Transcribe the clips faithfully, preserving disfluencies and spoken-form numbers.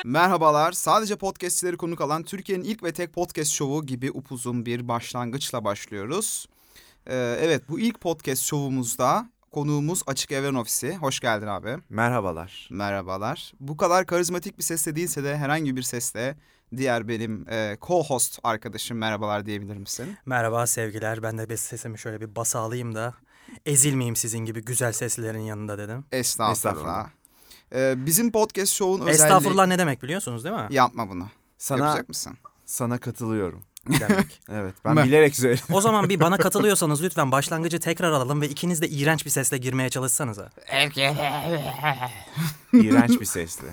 Merhabalar. Sadece podcastçileri konuk alan Türkiye'nin ilk ve tek podcast şovu gibi upuzun bir başlangıçla başlıyoruz. Ee, evet, bu ilk podcast şovumuzda konuğumuz Açık Evren Ofisi. Hoş geldin abi. Merhabalar. Merhabalar. Bu kadar karizmatik bir sesle değilse de herhangi bir sesle diğer benim e, co-host arkadaşım merhabalar diyebilir misin? Merhaba sevgiler. Ben de bir sesimi şöyle bir basa alayım da ezilmeyeyim sizin gibi güzel seslerin yanında dedim. Estağfurullah. Estağfurullah. Ee, bizim podcast şovun özelliği... Estağfurullah ne demek biliyorsunuz değil mi? Yapma bunu. Sana Yapacak mısın? sana katılıyorum. Demek. Evet, ben Ben- bilerek söyledim. O zaman bir bana katılıyorsanız lütfen başlangıcı tekrar alalım ve ikiniz de iğrenç bir sesle girmeye çalışsanıza. İğrenç bir sesli.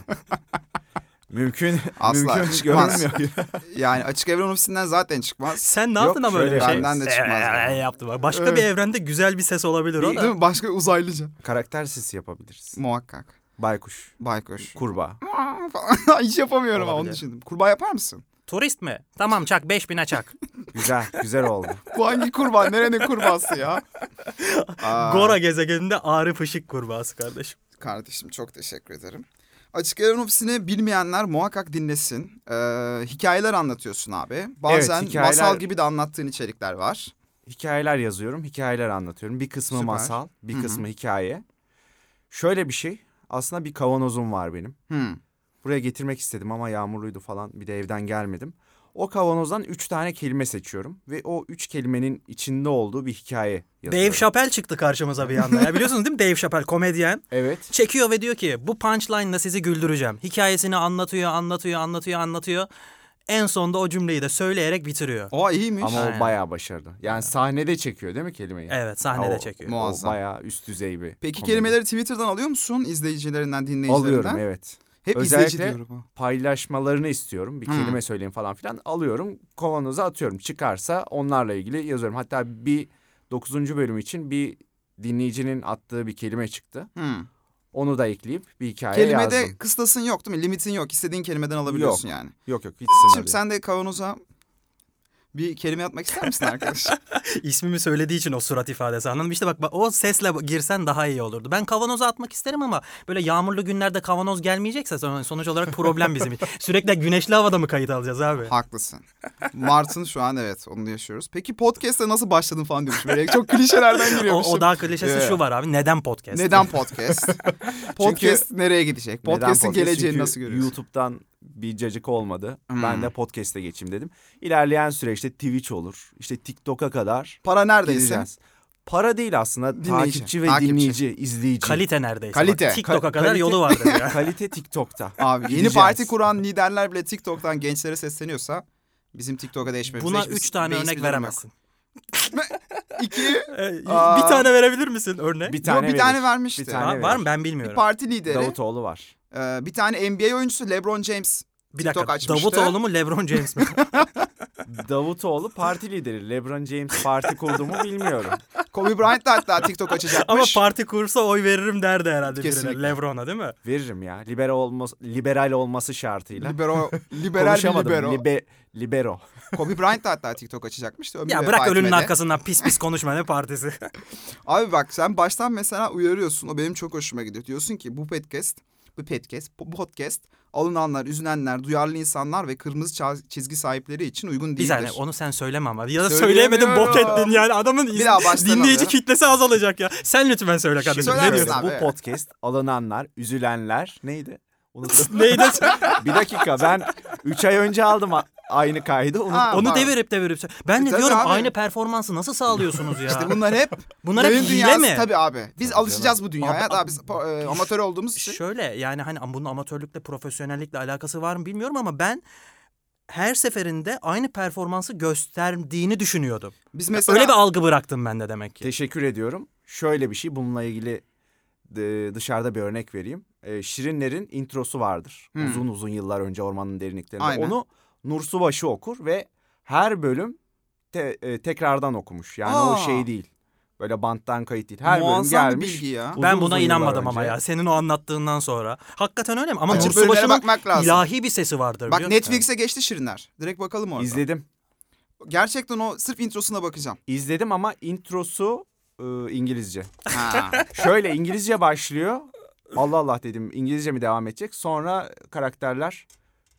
Mümkün, Asla mümkün çıkmaz. görünmüyor. Yani Açık Evren Ofisi'nden zaten çıkmaz. Sen ne Yok, yaptın ama öyle bir şöyle şey? benden de çıkmaz yani. Ee, yaptım. Başka Evet. bir evrende güzel bir ses olabilir o Değil da. mi? Başka uzaylıca. Karakter sesi yapabiliriz. Muhakkak. Baykuş, Baykuş. kurbağa. Hiç yapamıyorum ama onu Olabilir. düşündüm. Kurbağa yapar mısın? Turist mi? Tamam çak beş bine çak. Güzel, güzel oldu. Bu hangi kurbağa? Nerenin kurbağası ya? Aa, Gora gezegeninde Arif Işık kurbağası kardeşim. Kardeşim çok teşekkür ederim. Açık Evren Ofisi'ni bilmeyenler muhakkak dinlesin. Ee, hikayeler anlatıyorsun abi. Bazen hikayeler- masal gibi de anlattığın içerikler var. Hikayeler yazıyorum, hikayeler anlatıyorum. Bir kısmı Süper. masal, bir Hı hı. kısmı hikaye. Şöyle bir şey, aslında bir kavanozum var benim. Hmm. Buraya getirmek istedim ama yağmurluydu falan, bir de evden gelmedim. O kavanozdan üç tane kelime seçiyorum ve o üç kelimenin içinde olduğu bir hikaye yazıyorum. Dave Chappelle çıktı karşımıza bir anda. Ya biliyorsunuz değil mi Dave Chappelle komedyen? Evet. Çekiyor ve diyor ki bu punchline'la sizi güldüreceğim. Hikayesini anlatıyor, anlatıyor, anlatıyor, anlatıyor. En sonunda o cümleyi de söyleyerek bitiriyor. O iyiymiş. Ama Aynen. o bayağı başarılı. Yani sahnede çekiyor değil mi kelimeyi? Evet sahnede O- çekiyor. Mu- O Muazzam. bayağı üst düzey bir Peki komedi. kelimeleri Twitter'dan alıyor musun? İzleyicilerinden, dinleyicilerinden? Alıyorum, evet. Hep Özellikle- izleyici diyorum. ha. Paylaşmalarını istiyorum. Bir Hmm. kelime söyleyin falan filan. Alıyorum, kavanoza atıyorum. Çıkarsa onlarla ilgili yazıyorum. Hatta bir dokuzuncu bölüm için bir dinleyicinin attığı bir kelime çıktı. Hmm. Onu da ekleyip bir hikaye Kelimede yazdım. kıstasın yok değil mi? Limitin yok. İstediğin kelimeden alabiliyorsun yani. Yok yok, hiç sınırlı Şimdi değil. sen de kavanoza bir kelime atmak ister misin arkadaş? İsmimi söylediği için o surat ifadesi anladım. İşte bak, bak o sesle girsen daha iyi olurdu. Ben kavanoza atmak isterim ama böyle yağmurlu günlerde kavanoz gelmeyecekse son- sonuç olarak problem bizim. Sürekli güneşli havada mı kayıt alacağız abi? Haklısın. Mart'ın şu an evet onu da yaşıyoruz. Peki podcast'e nasıl başladın falan diyormuş. Böyle çok klişelerden O, giriyormuşum. o daha klişesi Evet. şu var abi. Neden podcast? Neden podcast? Podcast nereye gidecek? Neden Podcast'in podcast? geleceğini Çünkü nasıl görüyorsun? YouTube'dan bir cacık olmadı. Hmm. Ben de podcast'e geçeyim dedim. İlerleyen süreçte Twitch olur. İşte TikTok'a kadar Para neredeyse. gideceğiz. Para değil aslında. Dinleyici, Takipçi ve takipçi. dinleyici, izleyici. Kalite neredeyse. Kalite. Bak, TikTok'a Ka- kadar kalite- yolu vardır ya. Kalite TikTok'ta. Abi yeni Gideceğiz. parti kuran liderler bile TikTok'tan gençlere sesleniyorsa bizim TikTok'a değişmemize Buna hiçbir- üç tane beis bir örnek durum yok. veremezsin. İki. Ee, Aa. bir tane verebilir misin örnek? Bir Yo, tane bir tane verir. vermişti. Bir tane Ha, verir. var mı ben Bir bilmiyorum. parti lideri. Davutoğlu var. Ee, bir tane N B A oyuncusu LeBron James. Bir TikTok dakika. açmıştı. Davutoğlu mu LeBron James mi? Davutoğlu parti lideri. LeBron James parti kurdu mu bilmiyorum. Kobe Bryant da hatta TikTok açacakmış. Ama parti kursa oy veririm derdi herhalde Kesinlikle. birine. LeBron'a değil mi? Veririm ya. Liberal olması, liberal olması şartıyla. Libero, liberal bir Konuşamadım. libero. Libe, libero. Kobe Bryant da hatta TikTok açacakmış. da ömrü Ya vefa bırak ölünün etmedi. arkasından pis pis konuşma ne partisi. Abi bak sen baştan mesela uyarıyorsun. O benim çok hoşuma gidiyor. Diyorsun ki bu podcast, bu podcast, bu podcast alınanlar, üzülenler, duyarlı insanlar ve kırmızı ça- çizgi sahipleri için uygun Bir değildir. saniye onu sen söyleme ama. Ya da Söyleyemiyorum. söyleyemedim bok ettin yani. Adamın iz- Bir daha baştan dinleyici alıyorum. kitlesi azalacak ya. Sen lütfen söyle kardeşim. Söyler Ne misin diyorsun? abi? Bu podcast alınanlar, üzülenler neydi? Unuttum. Neydi? Bir dakika, ben üç ay önce aldım a- aynı kaydı. Unuttum. Ha, Onu bak. devirip devirip. Ben de Tabii diyorum abi. aynı performansı nasıl sağlıyorsunuz ya? İşte bunlar hep Bunlar hep oyun hile dünyası. mi? Tabii abi. Biz Tabii alışacağız bu dünyaya. Abi- Daha biz e, amatör olduğumuz için. Şöyle yani hani bunun amatörlükle, profesyonellikle alakası var mı bilmiyorum ama ben her seferinde aynı performansı gösterdiğini düşünüyordum. Biz mesela Öyle bir algı bıraktım ben de demek ki. Teşekkür ediyorum. Şöyle bir şey, bununla ilgili de- dışarıda bir örnek vereyim. Ee, Şirinler'in introsu vardır. Hmm. Uzun uzun yıllar önce ormanın derinliklerinde. Aynen. Onu Nur Subaşı okur ve her bölüm te- e, tekrardan okumuş. Yani Aa. o şey değil. Böyle banttan kayıt değil. Her bölüm muazzam bir gelmiş. bilgi ya. Uzun Ben buna uzun inanmadım yıllar ama önce. ya. Senin o anlattığından sonra. Hakikaten öyle mi? Ama Açıp Nur bölümlere Subaşı'nın bakmak lazım. ilahi bir sesi vardır. Bak biliyor musun? Netflix'e geçti Şirinler. Direkt bakalım orada. İzledim. Gerçekten o sırf introsuna bakacağım. İzledim ama introsu e, İngilizce. Ha. Şöyle İngilizce başlıyor. Allah Allah dedim, İngilizce mi devam edecek? Sonra karakterler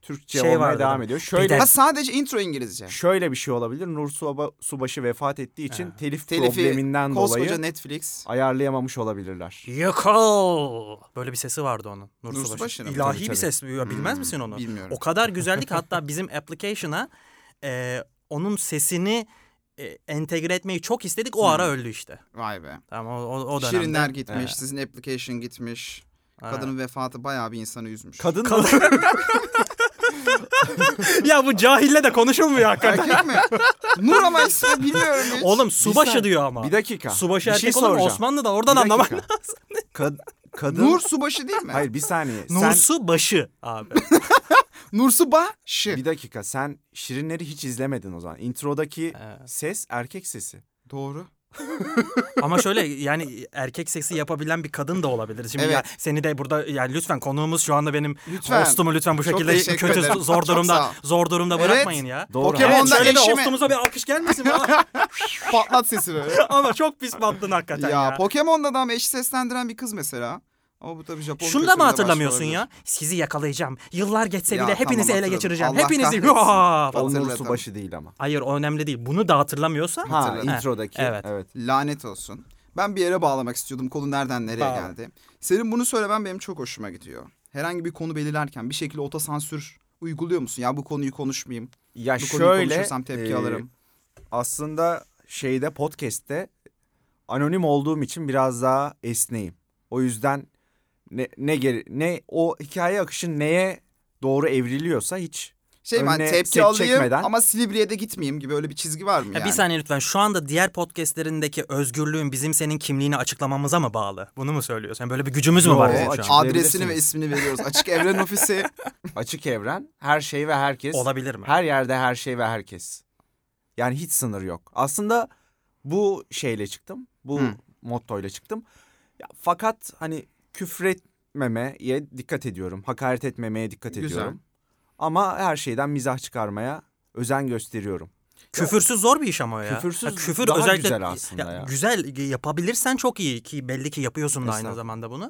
Türkçe Şey olmaya vardı devam değil mi? ediyor. Bir Şöyle de- Ha, sadece intro İngilizce. şöyle bir şey olabilir. Nur Suba, Subaşı vefat ettiği için Ha. telif Telifi probleminden koskoca dolayı Netflix. ayarlayamamış olabilirler. Yıkıl. Böyle bir sesi vardı onun. Nur, Nur Subaşı. Subaşı'nın mı? İlahi Tabii, bir tabii. ses. Ya, bilmez Hmm, misin onu? bilmiyorum. O kadar güzeldi ki hatta bizim application'a e, onun sesini e, entegre etmeyi çok istedik. O ara öldü işte. Vay be. Tamam o, o, o dönemde. Şirinler gitmiş, Evet. sizin application gitmiş. Evet. Kadının vefatı bayağı bir insanı üzmüş. Kadın Ya bu cahille de konuşulmuyor hakikaten. Erkek mi? Nur ama ismi bilmiyorum hiç. Oğlum subaşı saniye, diyor ama. bir dakika. Subaşı bir şey erkek olur mu? soracağım. Osmanlı'da oradan Bir anlamak. dakika. Kad- kadın Nur Subaşı değil mi? Hayır bir saniye. Sen Nursu başı abi. Nur Subaşı. bir dakika sen Şirinleri hiç izlemedin o zaman. Introdaki Evet. ses erkek sesi. Doğru. Ama şöyle yani erkek seksi yapabilen bir kadın da olabilir. Şimdi Evet. ya seni de burada yani lütfen konuğumuz şu anda benim Lütfen. hostumu lütfen bu Çok şekilde teşekkür kötü ederim. zor Çok sağ durumda ol. zor durumda Evet. bırakmayın ya. Doğru. Pokemon'da Evet şöyle de eşime- hostumuza bir alkış gelmesin mi? Patlat sesi böyle. Ama çok pis battın hakikaten ya, ya. Pokemon'da da ama eşi seslendiren bir kız mesela. Ama bu tabii Japon Şunu da mı kültüründe hatırlamıyorsun başka ya? olabilir. Sizi yakalayacağım. Yıllar geçse Ya, bile hepinizi tamam, ele hatırladım. geçireceğim. Allah Hepinizi. kahretsin. Yuhaa! O Nur Hatırladım. Subaşı değil ama. Hayır o önemli değil. Bunu da hatırlamıyorsa. Ha Hatırladım. introdaki. Evet. Evet. Lanet olsun. Ben bir yere bağlamak istiyordum. Konu nereden nereye Bağla. geldi. Senin bunu söylemen benim çok hoşuma gidiyor. Herhangi bir konu belirlerken bir şekilde otosansür uyguluyor musun? Ya bu konuyu konuşmayayım. Ya Bu konuyu şöyle konuşursam tepki e, alırım. aslında şeyde podcast'te anonim olduğum için biraz daha esneyim. O yüzden ne ne geri, ne o hikaye akışı neye doğru evriliyorsa hiç Şey ben önüne tepki set alayım çekmeden- ama Silivri'ye de gitmeyeyim gibi öyle bir çizgi var mı Ya yani? bir saniye lütfen. Şu anda diğer podcastlerindeki özgürlüğün bizim senin kimliğini açıklamamıza mı bağlı? Bunu mu söylüyorsun? Yani böyle bir gücümüz mü Yo, var? o bizim şu açık- an? Adresini ve Diyebilirsiniz. ismini veriyoruz. Açık Evren Ofisi. açık evren her şey ve herkes Olabilir mi? her yerde her şey ve herkes. Yani hiç sınır yok. Aslında bu şeyle çıktım. Bu Hı. mottoyla çıktım. Ya, fakat hani küfretmemeye dikkat ediyorum. Hakaret etmemeye dikkat Güzel. ediyorum. Ama her şeyden mizah çıkarmaya özen gösteriyorum. Küfürsüz zor bir iş ama o ya. Küfürsüz Ha, küfür daha özellikle güzel aslında ya. Güzel yapabilirsen çok iyi ki belli ki yapıyorsun da aynı Estağfurullah. zamanda bunu.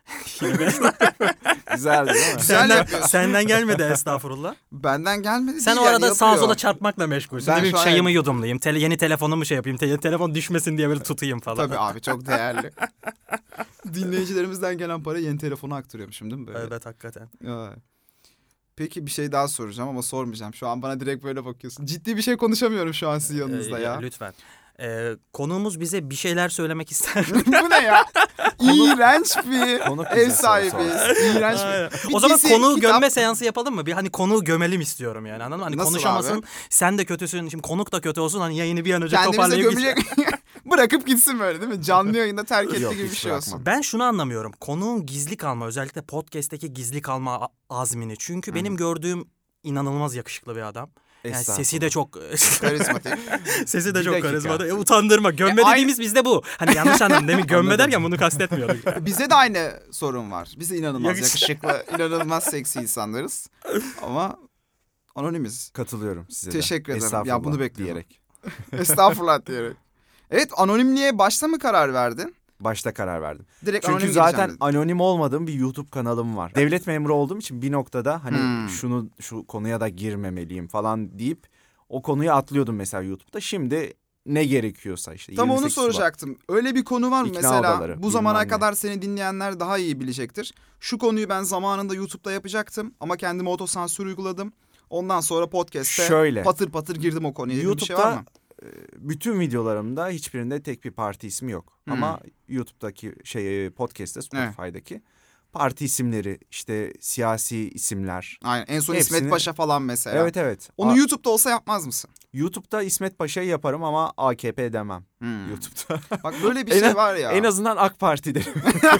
Güzeldi değil mi? Güzel senden, yapıyorsun. senden gelmedi estağfurullah. Benden gelmedi Sen değil o yani, arada sağa yapıyor. sola çarpmakla meşgulsün. Ben Ne bileyim şu an- çayımı yudumlayayım. Tele, yeni telefonumu şey yapayım. Te, telefon düşmesin diye böyle tutayım falan. Tabii abi çok değerli. Dinleyicilerimizden gelen para yeni telefona aktarıyormuşum değil mi böyle? Evet hakikaten. Ya. Peki bir şey daha soracağım ama sormayacağım. Şu an bana direkt böyle bakıyorsun. Ciddi bir şey konuşamıyorum şu an sizin yanınızda Ee, ya. Lütfen. Ee, konuğumuz bize bir şeyler söylemek ister. Bu ne ya? İğrenç bir Konuk ev bize sahibi. soru İğrenç Aynen. bir. O zaman dizi, konuğu kitap- gömme seansı yapalım mı? Bir hani konuğu gömelim istiyorum yani anladın mı? Hani Nasıl konuşamasın. abi? Sen de kötüsün. Şimdi konuk da kötü olsun. Hani yayını bir an önce Kendimize toparlayıp gömecek. Bırakıp gitsin böyle değil mi? Canlı yayında terk etti Yok, gibi bir hiç şey olsun. bırakmam. Ben şunu anlamıyorum. Konuğun gizli kalma özellikle podcast'teki gizli kalma a- azmini. Çünkü benim gördüğüm inanılmaz yakışıklı bir adam. Yani sesi de çok Karizmatik. sesi de Bir çok dakika. karizmatik. E, utandırma. Gömme E, aynı- dediğimiz bizde bu. Hani yanlış anladın değil mi? Gömme Anladım. derken bunu kastetmiyorduk. Bize de aynı sorun var. Biz de inanılmaz Yakışıklı. yakışıklı, inanılmaz seksi insanlarız. Ama anonimiz. Katılıyorum size de. Teşekkür ederim. Ya Estağfurullah bunu bekliyordum. diyerek. Estağfurullah diyerek. Evet, anonimliğe başta mı karar verdin? Başta karar verdim. Direkt Çünkü anonim zaten gireceğim dedin. anonim olmadığım bir YouTube kanalım var. Devlet memuru olduğum için bir noktada hani Hmm. şunu şu konuya da girmemeliyim falan deyip o konuyu atlıyordum mesela YouTube'da. Şimdi ne gerekiyorsa işte. Tam yirmi onu sekiz Şubat. soracaktım. Öyle bir konu var mı İkna mesela? odaları, Bu zamana bilmem ne. kadar seni dinleyenler daha iyi bilecektir. Şu konuyu ben zamanında YouTube'da yapacaktım ama kendime otosansür uyguladım. Ondan sonra podcast'te Şöyle. patır patır girdim o konuya. gibi bir şey var YouTube'da mı? bütün videolarımda hiçbirinde tek bir parti ismi yok. Hmm. Ama YouTube'daki şey podcast'te Spotify'daki parti isimleri işte siyasi isimler. Aynen. En son hepsini- İsmet Paşa falan mesela. Evet evet. Onu A- YouTube'da olsa yapmaz mısın? YouTube'da İsmet Paşa'yı yaparım ama A K P demem Hmm. YouTube'da. Bak böyle bir En şey az- var ya. En azından AK Parti derim.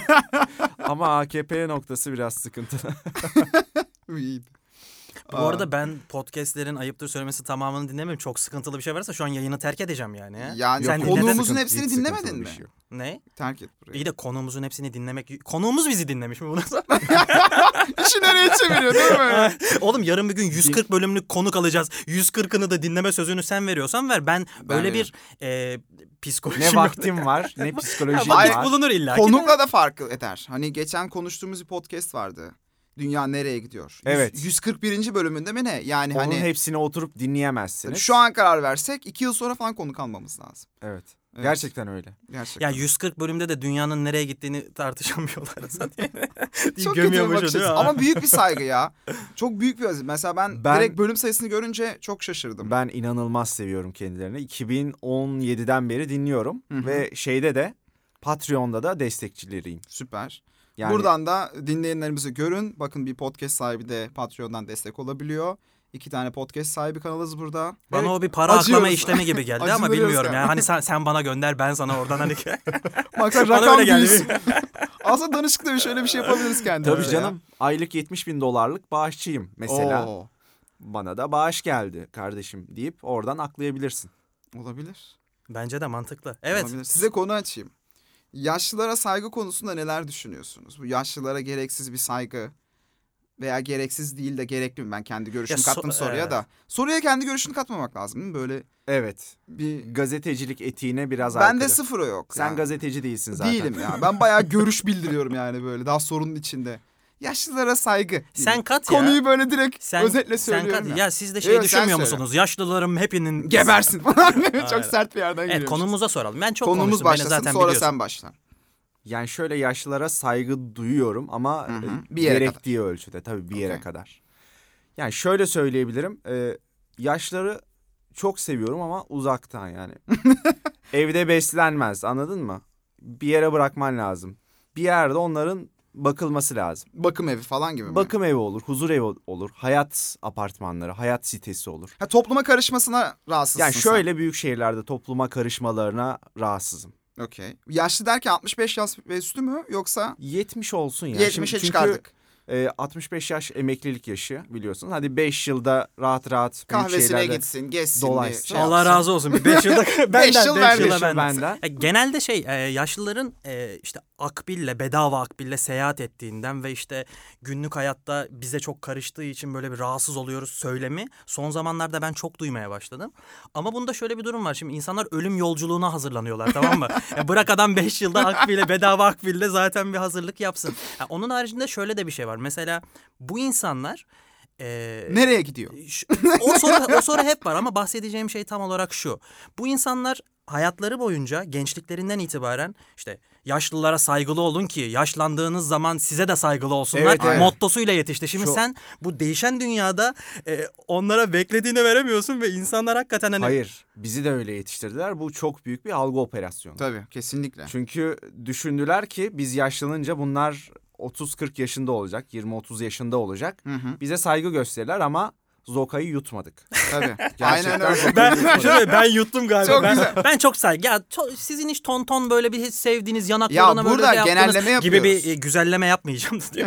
Ama A K P noktası biraz sıkıntılı. İyiydi. Bu Aa. arada ben podcastlerin ayıptır söylemesi tamamını dinlemiyorum. Çok sıkıntılı bir şey varsa şu an yayını terk edeceğim yani. ya. Yani Sen konuğumuzun dinledin. Sıkıntı- hepsini hiç sıkıntılı dinlemedin bir mi? şey yok. Ne? Terk et burayı. İyi de konuğumuzun hepsini dinlemek... Konuğumuz bizi dinlemiş mi bunu? İşi nereye çeviriyor değil mi? Oğlum yarın bir gün yüz kırk bölümlük konuk alacağız. yüz kırkını da dinleme sözünü sen veriyorsan ver. Ben böyle bir e, psikoloji... Ne vaktim var ne psikolojim Vakit var. bulunur illa ki. Konukla da fark eder. Hani geçen konuştuğumuz bir podcast vardı. Dünya nereye gidiyor? Evet. yüz kırk birinci bölümünde mi ne? Yani Onun hani hepsini oturup dinleyemezsiniz. şu an karar versek iki yıl sonra falan konuk almamız lazım. Evet. Evet. Gerçekten öyle. Gerçekten. Ya yüz kırk bölümde de dünyanın nereye gittiğini tartışamıyorlar zaten. Çok kötü bir Gömüyormuş bakış o, değil mi? açısı. Ama büyük bir saygı ya. Çok büyük bir aziz. Mesela ben, Ben- direkt bölüm sayısını görünce çok şaşırdım. Ben inanılmaz seviyorum kendilerini. iki bin on yediden beri dinliyorum. Hı hı. Ve şeyde de Patreon'da da destekçileriyim. Süper. Yani Buradan da dinleyenlerimizi görün. Bakın bir podcast sahibi de Patreon'dan destek olabiliyor. İki tane podcast sahibi kanalız burada. Bana Evet, o bir para acıyoruz. aklama işlemi gibi geldi ama Acıyoruz bilmiyorum yani. yani. Hani sen, sen bana gönder, ben sana oradan hani... Maksat Bana rakam öyle geldi. büyüsün. Aslında danışıklı bir şöyle bir şey yapabiliriz kendimize. tabii canım aylık yetmiş bin dolarlık bağışçıyım mesela. Oo, Bana da bağış geldi kardeşim deyip oradan aklayabilirsin. olabilir. Bence de mantıklı. Evet. Olabilir. Size konu açayım. Yaşlılara saygı konusunda neler düşünüyorsunuz? Bu yaşlılara gereksiz bir saygı veya gereksiz değil de gerekli mi? Ben kendi görüşümü Ya so- kattım soruya evet. da. Soruya kendi görüşünü katmamak lazım değil mi? Böyle Evet. bir... Gazetecilik etiğine biraz Bende aykırı. sıfır o yok. Sen yani. gazeteci değilsin zaten. Değilim ya. Ben bayağı görüş bildiriyorum yani böyle. Daha sorunun içinde. Yaşlılara saygı. Sen kat ya. Konuyu böyle direkt Sen, özetle sen söylüyorum kat- ya. ya siz de şey Evet, sen düşünmüyor söyle. musunuz? Yaşlılarım hepinin... Gebersin falan. Aynen. Çok sert bir yerden Evet, giriyormuşuz. konumuza soralım. Ben çok Konumuz konuştum. Beni başlasın zaten sonra biliyorsun. sen başla. Yani şöyle yaşlılara saygı duyuyorum ama Hı hı. e, Bir yere gerektiği ölçüde tabii bir yere Okey. kadar. Yani şöyle söyleyebilirim. E, yaşları çok seviyorum ama uzaktan yani. Evde beslenmez, anladın mı? Bir yere bırakman lazım. Bir yerde onların bakılması lazım. Bakım evi falan gibi mi? Bakım evi olur, huzur evi olur, hayat apartmanları, hayat sitesi olur. Ha, topluma karışmasına rahatsızsın Yani şöyle büyük şehirlerde topluma karışmalarına rahatsızım. sen. Okey. Yaşlı derken altmış beş yaş ve üstü mü yoksa yetmiş olsun ya. yetmişe Şimdi çünkü, çıkardık. e, altmış beş yaş emeklilik yaşı biliyorsun. Hadi beş yılda rahat rahat büyük Kahvesine şehirlerde gitsin, gezsin. dolaşsın. bir şey Allah yapsın. razı olsun. Bir beş yılda benden. Beş yıl beş vermiş yıla yıl benden. benden. E, Genelde şey e, yaşlıların e, işte akbille, bedava akbille seyahat ettiğinden ve işte günlük hayatta bize çok karıştığı için böyle bir rahatsız oluyoruz söylemi son zamanlarda ben çok duymaya başladım. Ama bunda şöyle bir durum var. Şimdi insanlar ölüm yolculuğuna hazırlanıyorlar, tamam mı? Ya bırak adam beş yılda akbille, bedava akbille zaten bir hazırlık yapsın. Ya onun haricinde şöyle de bir şey var. Mesela bu insanlar e, Nereye gidiyor? Şu- o soru o soru hep var ama bahsedeceğim şey tam olarak şu. Bu insanlar hayatları boyunca gençliklerinden itibaren işte yaşlılara saygılı olun ki yaşlandığınız zaman size de saygılı olsunlar Evet, evet. mottosuyla yetişti. Şimdi Şu- sen bu değişen dünyada e, onlara beklediğini veremiyorsun ve insanlar hakikaten hani Hayır, bizi de öyle yetiştirdiler. Bu çok büyük bir algı operasyonu. Tabii kesinlikle. Çünkü düşündüler ki biz yaşlanınca bunlar otuz kırk yaşında olacak, yirmi otuz yaşında olacak. Hı hı. Bize saygı gösterirler ama Zoka'yı yutmadık. Tabii. Gerçekten Aynen öyle. Zoka'yı ben, yutmadık. şöyle, ben yuttum galiba. Çok ben, güzel. ben çok saygı. Ya to- sizin hiç ton ton böyle bir hiç sevdiğiniz Ya yanaklarına böyle burada şey yaptığınız genelleme gibi yapıyoruz. bir e, güzelleme yapmayacağım diyor.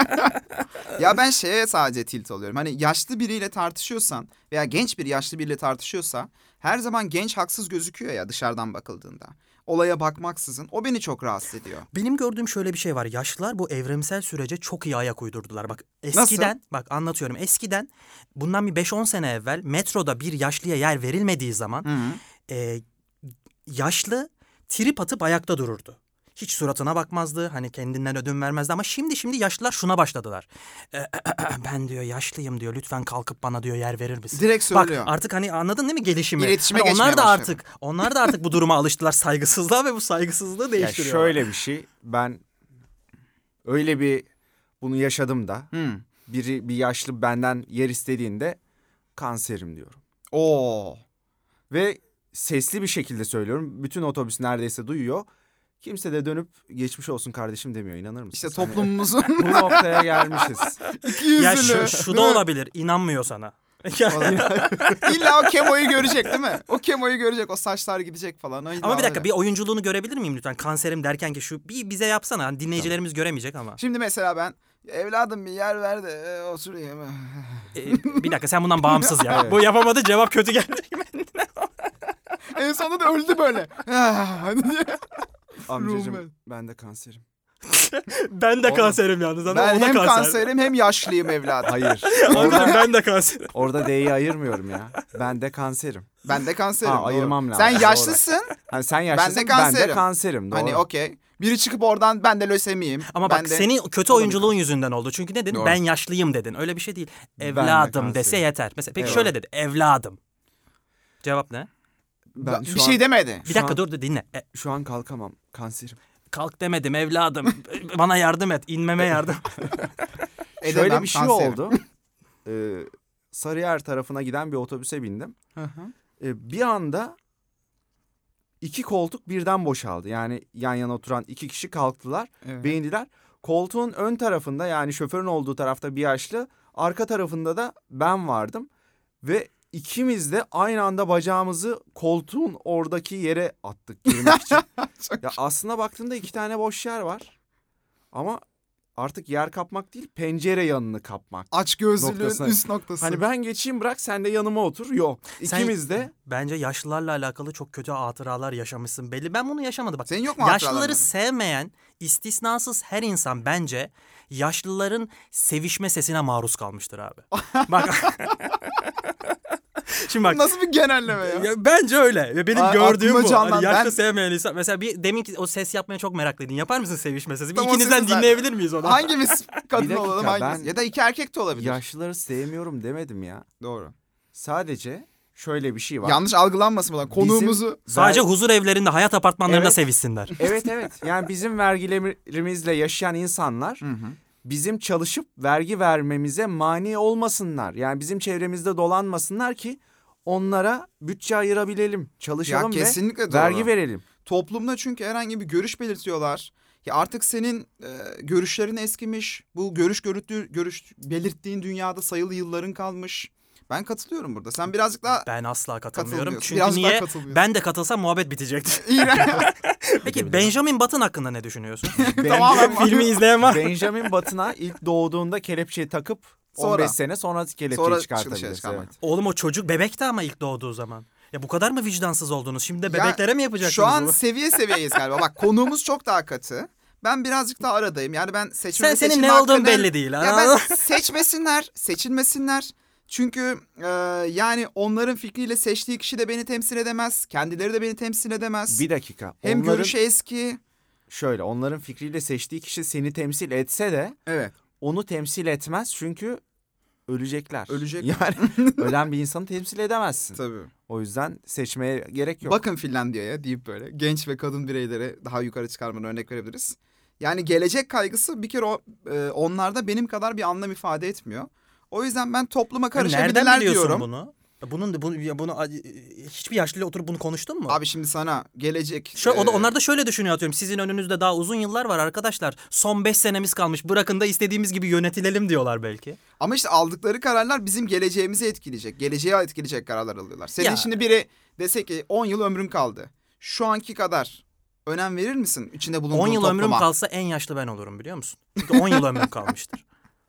Ya ben şeye sadece tilt alıyorum. Hani yaşlı biriyle tartışıyorsan veya genç bir yaşlı biriyle tartışıyorsa her zaman genç haksız gözüküyor ya dışarıdan bakıldığında. Olaya bakmaksızın o beni çok rahatsız ediyor. Benim gördüğüm şöyle bir şey var. Yaşlılar bu evrimsel sürece çok iyi ayak uydurdular. Bak eskiden, bak anlatıyorum. Eskiden bundan bir beş on sene evvel metroda bir yaşlıya yer verilmediği zaman Hı hı. e, yaşlı trip atıp ayakta dururdu. Hiç suratına bakmazdı. Hani kendinden ödün vermezdi ama şimdi şimdi yaşlılar şuna başladılar. E, ben diyor yaşlıyım diyor. Lütfen kalkıp bana diyor yer verir misin? Direkt Bak söylüyor. artık hani anladın değil mi gelişimi? İletişime Hani onlar geçmeye da başladı. artık onlar da artık bu duruma alıştılar saygısızlığa ve bu saygısızlığı Ya değiştiriyorlar. şöyle bir şey, ben öyle bir bunu yaşadım da. Hı. Biri bir yaşlı benden yer istediğinde kanserim diyorum. Oo. Ve sesli bir şekilde söylüyorum. Bütün otobüs neredeyse duyuyor. Kimse de dönüp geçmiş olsun kardeşim demiyor. İnanır mısın? İşte Hani toplumumuzun bu noktaya gelmişiz. iki Ya yüzlülüğü. şu, şu da olabilir. İnanmıyor sana. İlla o kemoyu görecek değil mi? O kemoyu görecek, o saçlar gidecek falan. O illa Ama bir dakika öyle. bir oyunculuğunu görebilir miyim lütfen? Kanserim derken ki şu bir bize yapsana. Hani dinleyicilerimiz göremeyecek ama. Şimdi mesela ben evladım bir yer ver de e, oturayım. Ee, bir dakika sen bundan bağımsız ya. Evet. Bu yapamadı cevap kötü geldi. En sonunda da öldü böyle. Ah, hani diye. Amcacığım Rumen. ben de kanserim. Ben de Oğlum, kanserim yalnız. ama Ben o da hem kanser. kanserim hem yaşlıyım evladım. Hayır. Amcacığım orada, ben de kanserim. orada D'yi ayırmıyorum ya. Ben de kanserim. Ben de kanserim. Ha, doğru. ayırmam lazım, Sen doğru. yaşlısın Hani sen yaşlısın, Ben de ben de kanserim. kanserim. Doğru. Hani okey. Biri çıkıp oradan ben de lösemiyim. Ama ben bak de... senin kötü oyunculuğun yüzünden oldu. Çünkü ne dedin? Doğru. Ben yaşlıyım dedin. Öyle bir şey değil. Ben de Evladım kanserim. dese yeter. Mesela peki Evet. şöyle dedi. Evladım. Cevap ne? Ben bir şu şey an, demedi. Bir Şu dakika an- dur dinle. E, Şu an kalkamam. Kanserim. kalk demedim evladım. Bana yardım et. İnmeme yardım. Edemem, Şöyle bir şey kanserim. oldu. Ee, Sarıyer tarafına giden bir otobüse bindim. Hı hı. Ee, bir anda iki koltuk birden boşaldı. Yani yan yana oturan iki kişi kalktılar Evet. ve indiler. Koltuğun ön tarafında, yani şoförün olduğu tarafta bir yaşlı, arka tarafında da ben vardım. Ve ikimiz de aynı anda bacağımızı koltuğun oradaki yere attık girmek için. Ya aslında baktığında iki tane boş yer var. Ama artık yer kapmak değil, pencere yanını kapmak. Aç gözlülüğün Noktasına. üst noktası. Hani ben geçeyim, bırak sen de yanıma otur. Yok. Sen- İkimiz de Bence yaşlılarla alakalı çok kötü hatıralar yaşamışsın belli. Ben bunu yaşamadım. Bak, Senin yok mu yaşlıları hatıraların? sevmeyen istisnasız her insan bence yaşlıların sevişme sesine maruz kalmıştır abi. Bak. Şimdi bak. Nasıl bir genelleme ya? Ya bence öyle. Ve benim Ay, gördüğüm aklıma bu. canlan- Hani yaşlı ben- sevmeyen insan. Mesela bir demin ki o ses yapmaya çok meraklıydın. Yapar mısın sevişme sesi? Bir Tamam, ikinizden sesi zaten. dinleyebilir miyiz onu? Hangimiz kadın dakika, olalım hangimiz? ben- Ya da iki erkek de olabilir. yaşlıları sevmiyorum demedim ya. Doğru. Sadece şöyle bir şey var. Yanlış algılanmasın buradan. Konuğumuzu... Bizim- Sadece Ver- huzur evlerinde, hayat apartmanlarında Evet. sevişsinler. Evet evet. Yani bizim vergilerimizle yaşayan insanlar Hı hı. bizim çalışıp vergi vermemize mani olmasınlar. Yani bizim çevremizde dolanmasınlar ki onlara bütçe ayırabilelim. Çalışalım Ya ve kesinlikle doğru. vergi verelim. Toplumda çünkü herhangi bir görüş belirtiyorlar. Ya artık senin e, görüşlerin eskimiş. Bu görüş görüttüğü, görüş belirttiğin dünyada sayılı yılların kalmış. Ben katılıyorum burada. Sen birazcık daha Ben asla katılmıyorum. katılmıyorsun. Çünkü Birazcık daha niye? katılmıyorsun. Ben de katılsam muhabbet bitecekti. İğrenç. Peki Benjamin Button hakkında ne düşünüyorsun? Tamamen Filmi izleyen var. Benjamin Button'a ilk doğduğunda kelepçeyi takıp Sonra. on beş sene sonra kelepçeyi Sonra çıkartabiliriz. dışarı çıkarmak. Evet. Oğlum o çocuk bebekti ama ilk doğduğu zaman. Ya bu kadar mı vicdansız oldunuz? Şimdi de Ya, bebeklere mi yapacaksınız Şu an bunu? seviye seviyeyiz galiba. Bak konuğumuz çok daha katı. Ben birazcık daha aradayım. Yani ben seçme Sen ve senin seçilme ne olduğun hakkını- belli değil. Ya ha? ben seçmesinler, seçilmesinler. Çünkü e, yani onların fikriyle seçtiği kişi de beni temsil edemez. Kendileri de beni temsil edemez. Bir dakika. Hem onların, görüşü eski. Şöyle, onların fikriyle seçtiği kişi seni temsil etse de Evet. onu temsil etmez çünkü ölecekler. Ölecek. Yani ölen bir insanı temsil edemezsin. Tabii. O yüzden seçmeye gerek yok. Bakın Finlandiya'ya deyip böyle genç ve kadın bireylere daha yukarı çıkarmanın örnek verebiliriz. Yani gelecek kaygısı bir kere o, e, onlarda benim kadar bir anlam ifade etmiyor. O yüzden ben topluma Ya karışabilirler nereden biliyorsun diyorum. bunu? Bunun bunu ya bunu hiçbir yaşlıyla oturup bunu konuştun mu? Abi şimdi sana gelecek... Şöyle, o da, e, onlar da şöyle düşünüyor atıyorum. Sizin önünüzde daha uzun yıllar var arkadaşlar. Son beş senemiz kalmış. Bırakın da istediğimiz gibi yönetilelim diyorlar belki. Ama işte aldıkları kararlar bizim geleceğimizi etkileyecek. Geleceğe etkileyecek kararlar alıyorlar. Senin Ya. şimdi biri dese ki on yıl ömrün kaldı. Şu anki kadar önem verir misin içinde bulunduğun on yıl topluma? ömrüm kalsa en yaşlı ben olurum biliyor musun? Çünkü on yıl ömrüm kalmıştır.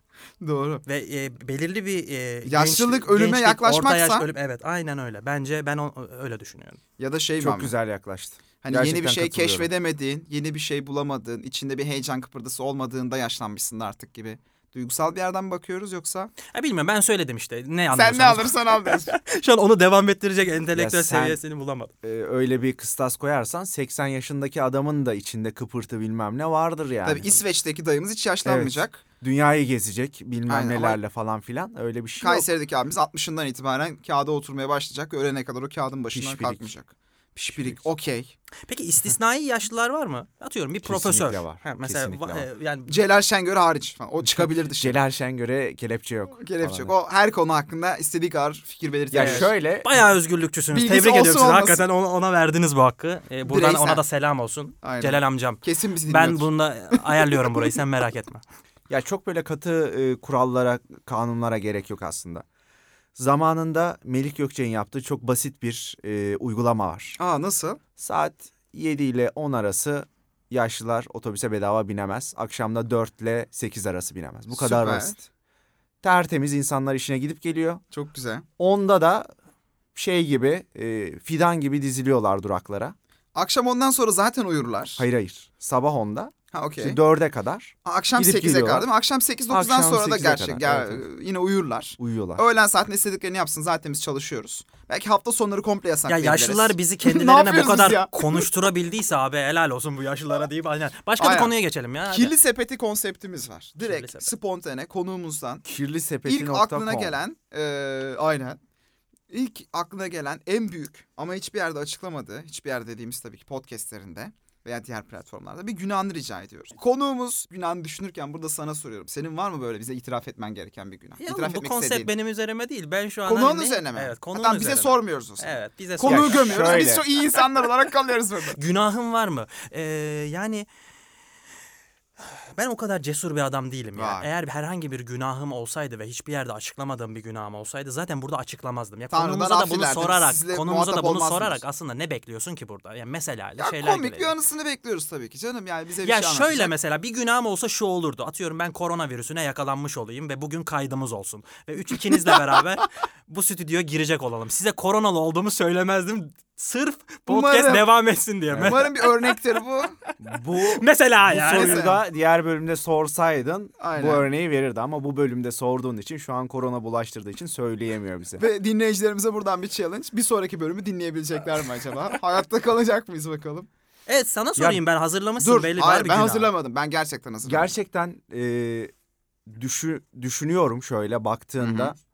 Doğru. Ve e, belirli bir e, Yaşlılık genç- ölüme gençlik, yaklaşmaksa- orta yaş ölüm, evet aynen öyle. Bence ben o, öyle düşünüyorum. Ya da şey mi Çok abi? güzel yaklaştı. Hani yeni bir Gerçekten şey katılıyorum. keşfedemediğin, yeni bir şey bulamadığın, içinde bir heyecan kıpırdısı olmadığında yaşlanmışsın artık gibi. Duygusal bir yerden mi bakıyoruz yoksa? Ha, bilmiyorum ben söyledim işte. Ne Sen anlıyorsanız. ne alırsan al dersin. Şu an onu devam ettirecek entelektüel Ya sen- seviyesini bulamadım. Ee, öyle bir kıstas koyarsan seksen yaşındaki adamın da içinde kıpırtı bilmem ne vardır yani. Tabii İsveç'teki dayımız hiç yaşlanmayacak. Dünyayı gezecek bilmem Aynen, ama- nelerle falan filan, öyle bir şey yok. Kayseri'deki abimiz altmışından itibaren kağıda oturmaya başlayacak. Ölene kadar o kağıdın başından Pişpirik. kalkmayacak. Pişpirik, okey. Peki istisnai yaşlılar var mı? Atıyorum bir Kesinlikle profesör. var, Ha, mesela kesinlikle va- e, yani Celal Şengör hariç falan. O çıkabilir dışarı. Celal Şengör'e kelepçe yok. Kelepçe yok. falan. O her konu hakkında istediği kadar fikir Ya belirtebilir. şöyle bayağı özgürlükçüsünüz. Bilgisi Tebrik ediyorum olsun sizi. olmasın. Hakikaten ona, ona verdiniz bu hakkı. Ee, buradan Bireysel. ona da selam olsun. Aynen. Celal amcam. Kesin bizi Ben dinliyordur. bunda ayarlıyorum burayı sen merak etme. ya çok böyle katı e, kurallara, kanunlara gerek yok aslında. Zamanında Melik Gökçek'in yaptığı çok basit bir e, uygulama var. Aa nasıl? Saat yedi ile on arası yaşlılar otobüse bedava binemez. Akşamda dört ile sekiz arası binemez. Bu kadar Süper. basit. Tertemiz insanlar işine gidip geliyor. Çok güzel. Onda da şey gibi e, fidan gibi diziliyorlar duraklara. Akşam ondan sonra zaten uyurlar. Hayır hayır. Sabah onda. Ha okey. İşte dörde kadar Akşam gidip sekize geliyorlar. kadar değil mi? Akşam sekiz dokuzdan Akşam sonra da sekize gerçek kadar, gel- evet, yine uyurlar. uyuyorlar. Öğlen saatinde istediklerini yapsın. Zaten biz çalışıyoruz. Belki hafta sonları komple Ya yasaklayabiliriz. yaşlılar bizi Ne kendilerine bu yapıyoruz kadar biz ya? konuşturabildiyse abi helal olsun bu yaşlılara deyip aynen. Başka Aynen. bir konuya geçelim ya. hadi. Kirli sepeti konseptimiz var. Direkt sepet. spontane konuğumuzdan kirli sepeti ilk nokta aklına com. gelen e, aynen. İlk aklına gelen en büyük ama hiçbir yerde açıklamadığı, hiçbir yer dediğimiz tabii ki podcastlerinde veya diğer platformlarda bir günahını rica ediyoruz. Konuğumuz günahını düşünürken burada sana soruyorum. Senin var mı böyle bize itiraf etmen gereken bir günah? Ya itiraf oğlum, bu etmek konsept istediğin. benim üzerime değil. Ben şu an Konuğun hani ne- üzerine mi? Evet, konuğun Hatta üzerine. bize sormuyoruz o zaman. Evet, bize Konuğu sor. Ya gömüyoruz. şöyle. Biz çok iyi insanlar olarak kalıyoruz burada. Günahım var mı? Ee, yani ben o kadar cesur bir adam değilim ya. Var. Eğer herhangi bir günahım olsaydı ve hiçbir yerde açıklamadığım bir günahım olsaydı zaten burada açıklamazdım. Ya Tanrı'dan konumuza da bunu affilerdin. sorarak, Sizle konumuza da muhatap bunu olmazdınız. sorarak aslında ne bekliyorsun ki burada? Yani mesela Ya şeyler komik bir gelelim. anısını bekliyoruz tabii ki canım. Yani bize bir Ya şey şöyle anlatacak. mesela bir günahım olsa şu olurdu. Atıyorum ben koronavirüsüne yakalanmış olayım ve bugün kaydımız olsun. Ve üç ikinizle beraber bu stüdyoya girecek olalım. Size koronalı olduğumu söylemezdim. Sırf podcast Umarım. devam etsin diye. Umarım bir örnektir bu. Bu Mesela Bu yani. soruyu da diğer bölümde sorsaydın Aynen. bu örneği verirdi ama bu bölümde sorduğun için şu an korona bulaştırdığı için söyleyemiyor bize. Ve dinleyicilerimize buradan bir challenge. Bir sonraki bölümü dinleyebilecekler mi acaba? Hayatta kalacak mıyız bakalım? Evet sana sorayım ben hazırlamışsın Dur, belli hayır var bir ben günah. hazırlamadım. Ben gerçekten hazırlamadım. Gerçekten e, düşü, düşünüyorum şöyle baktığında Hı hı.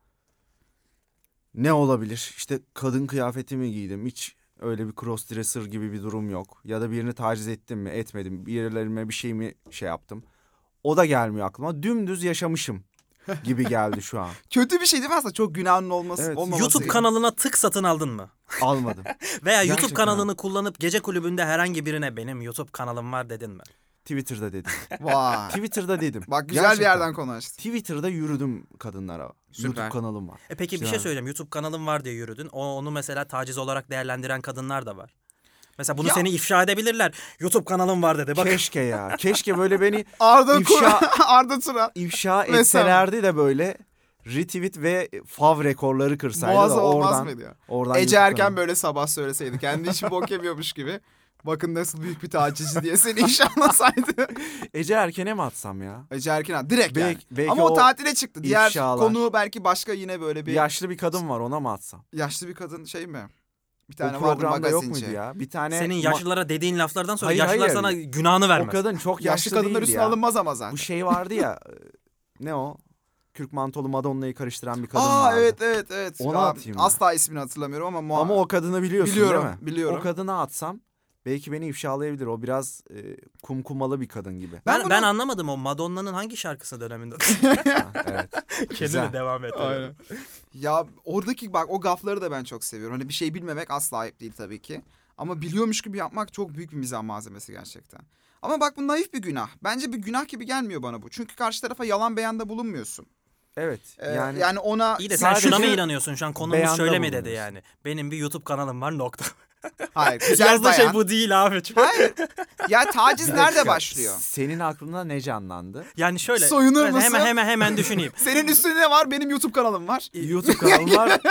ne olabilir? İşte kadın kıyafeti mi giydim? Hiç öyle bir crossdresser gibi bir durum yok. Ya da birini taciz ettim mi? Etmedim. Birilerime bir şey mi şey yaptım? O da gelmiyor aklıma. Dümdüz yaşamışım gibi geldi şu an. Kötü bir şey değil mi aslında? Çok günahın olması, Evet. olmaması. YouTube gibi. kanalına tık satın aldın mı? Almadım. Veya Gerçekten. YouTube kanalını kullanıp gece kulübünde herhangi birine benim YouTube kanalım var dedin mi? Twitter'da dedim. Vay. Twitter'da dedim. Bak güzel Gerçekten. bir yerden konu açtın. Twitter'da yürüdüm kadınlara. Süper. YouTube kanalım var. E peki bir Yani. şey söyleyeceğim. YouTube kanalım var diye yürüdün. O, onu mesela taciz olarak değerlendiren kadınlar da var. Mesela bunu Ya- seni ifşa edebilirler. YouTube kanalım var dedi. Bak Keşke ya. Keşke böyle beni Arda İfşa- Kur- Arda Turan. ifşa Mesela. etselerdi de böyle retweet ve fav rekorları kırsaydı Muazzam da olmaz oradan, mıydı ya? oradan Ece YouTube Erken kanalı. böyle sabah söyleseydi. Kendi için bok yemiyormuş gibi. Bakın nasıl büyük bir tacizci diye seni inşallasaydı. Ece Erken'e mi atsam ya? Ece Erken ha, direkt yani. Belki- belki Ama o o tatile çıktı. Diğer ifşalar. konuğu belki başka yine böyle bir Yaşlı bir kadın var, ona mı atsam? yaşlı bir kadın şey mi? Bir O tane vardı programda yok magazinci. muydu ya? Bir tane senin ma- yaşlılara dediğin laflardan sonra Hayır, yaşlılar hayır. sana günahını o vermez. kadın çok yaşlı, Yaşlı kadınlar değildi üstüne ya. alınmaz ama zaten. Bu şey vardı ya. e, Ne o? Kürk mantolu Madonna'yı karıştıran bir kadın Aa vardı. evet evet evet. Onu Aa, atayım ben. asla ismini hatırlamıyorum ama muha- Ama o kadını biliyorsun biliyorum, değil mi? biliyorum. O kadına atsam belki beni ifşalayabilir. O biraz e, kumkumalı bir kadın gibi. Ben, Ben ben, bunu- anlamadım o Madonna'nın hangi şarkısı döneminde. Ha, evet. Kendine Güzel. devam et. Aynen. Ya oradaki bak o gafları da ben çok seviyorum. Hani bir şey bilmemek asla ayıp değil tabii ki. Ama biliyormuş gibi yapmak çok büyük bir mizah malzemesi gerçekten. Ama bak bu naif bir günah. Bence bir günah gibi gelmiyor bana bu. Çünkü karşı tarafa yalan beyanda bulunmuyorsun. Evet. Ee, yani yani, ona İyi de sen Sadece şuna mı inanıyorsun şu an konumuz beyanda şöyle mi dedi bulunuyorsun. yani. Benim bir YouTube kanalım var nokta. hayır güzel Yazdığı bayan. şey bu değil abi. Hayır. Ya taciz Bir nerede dakika, başlıyor? Senin aklında ne canlandı? Yani şöyle. Soyunur Evet, musun? Hemen hemen hemen düşüneyim. Senin üstünde ne var? Benim YouTube kanalım var. YouTube kanalım var.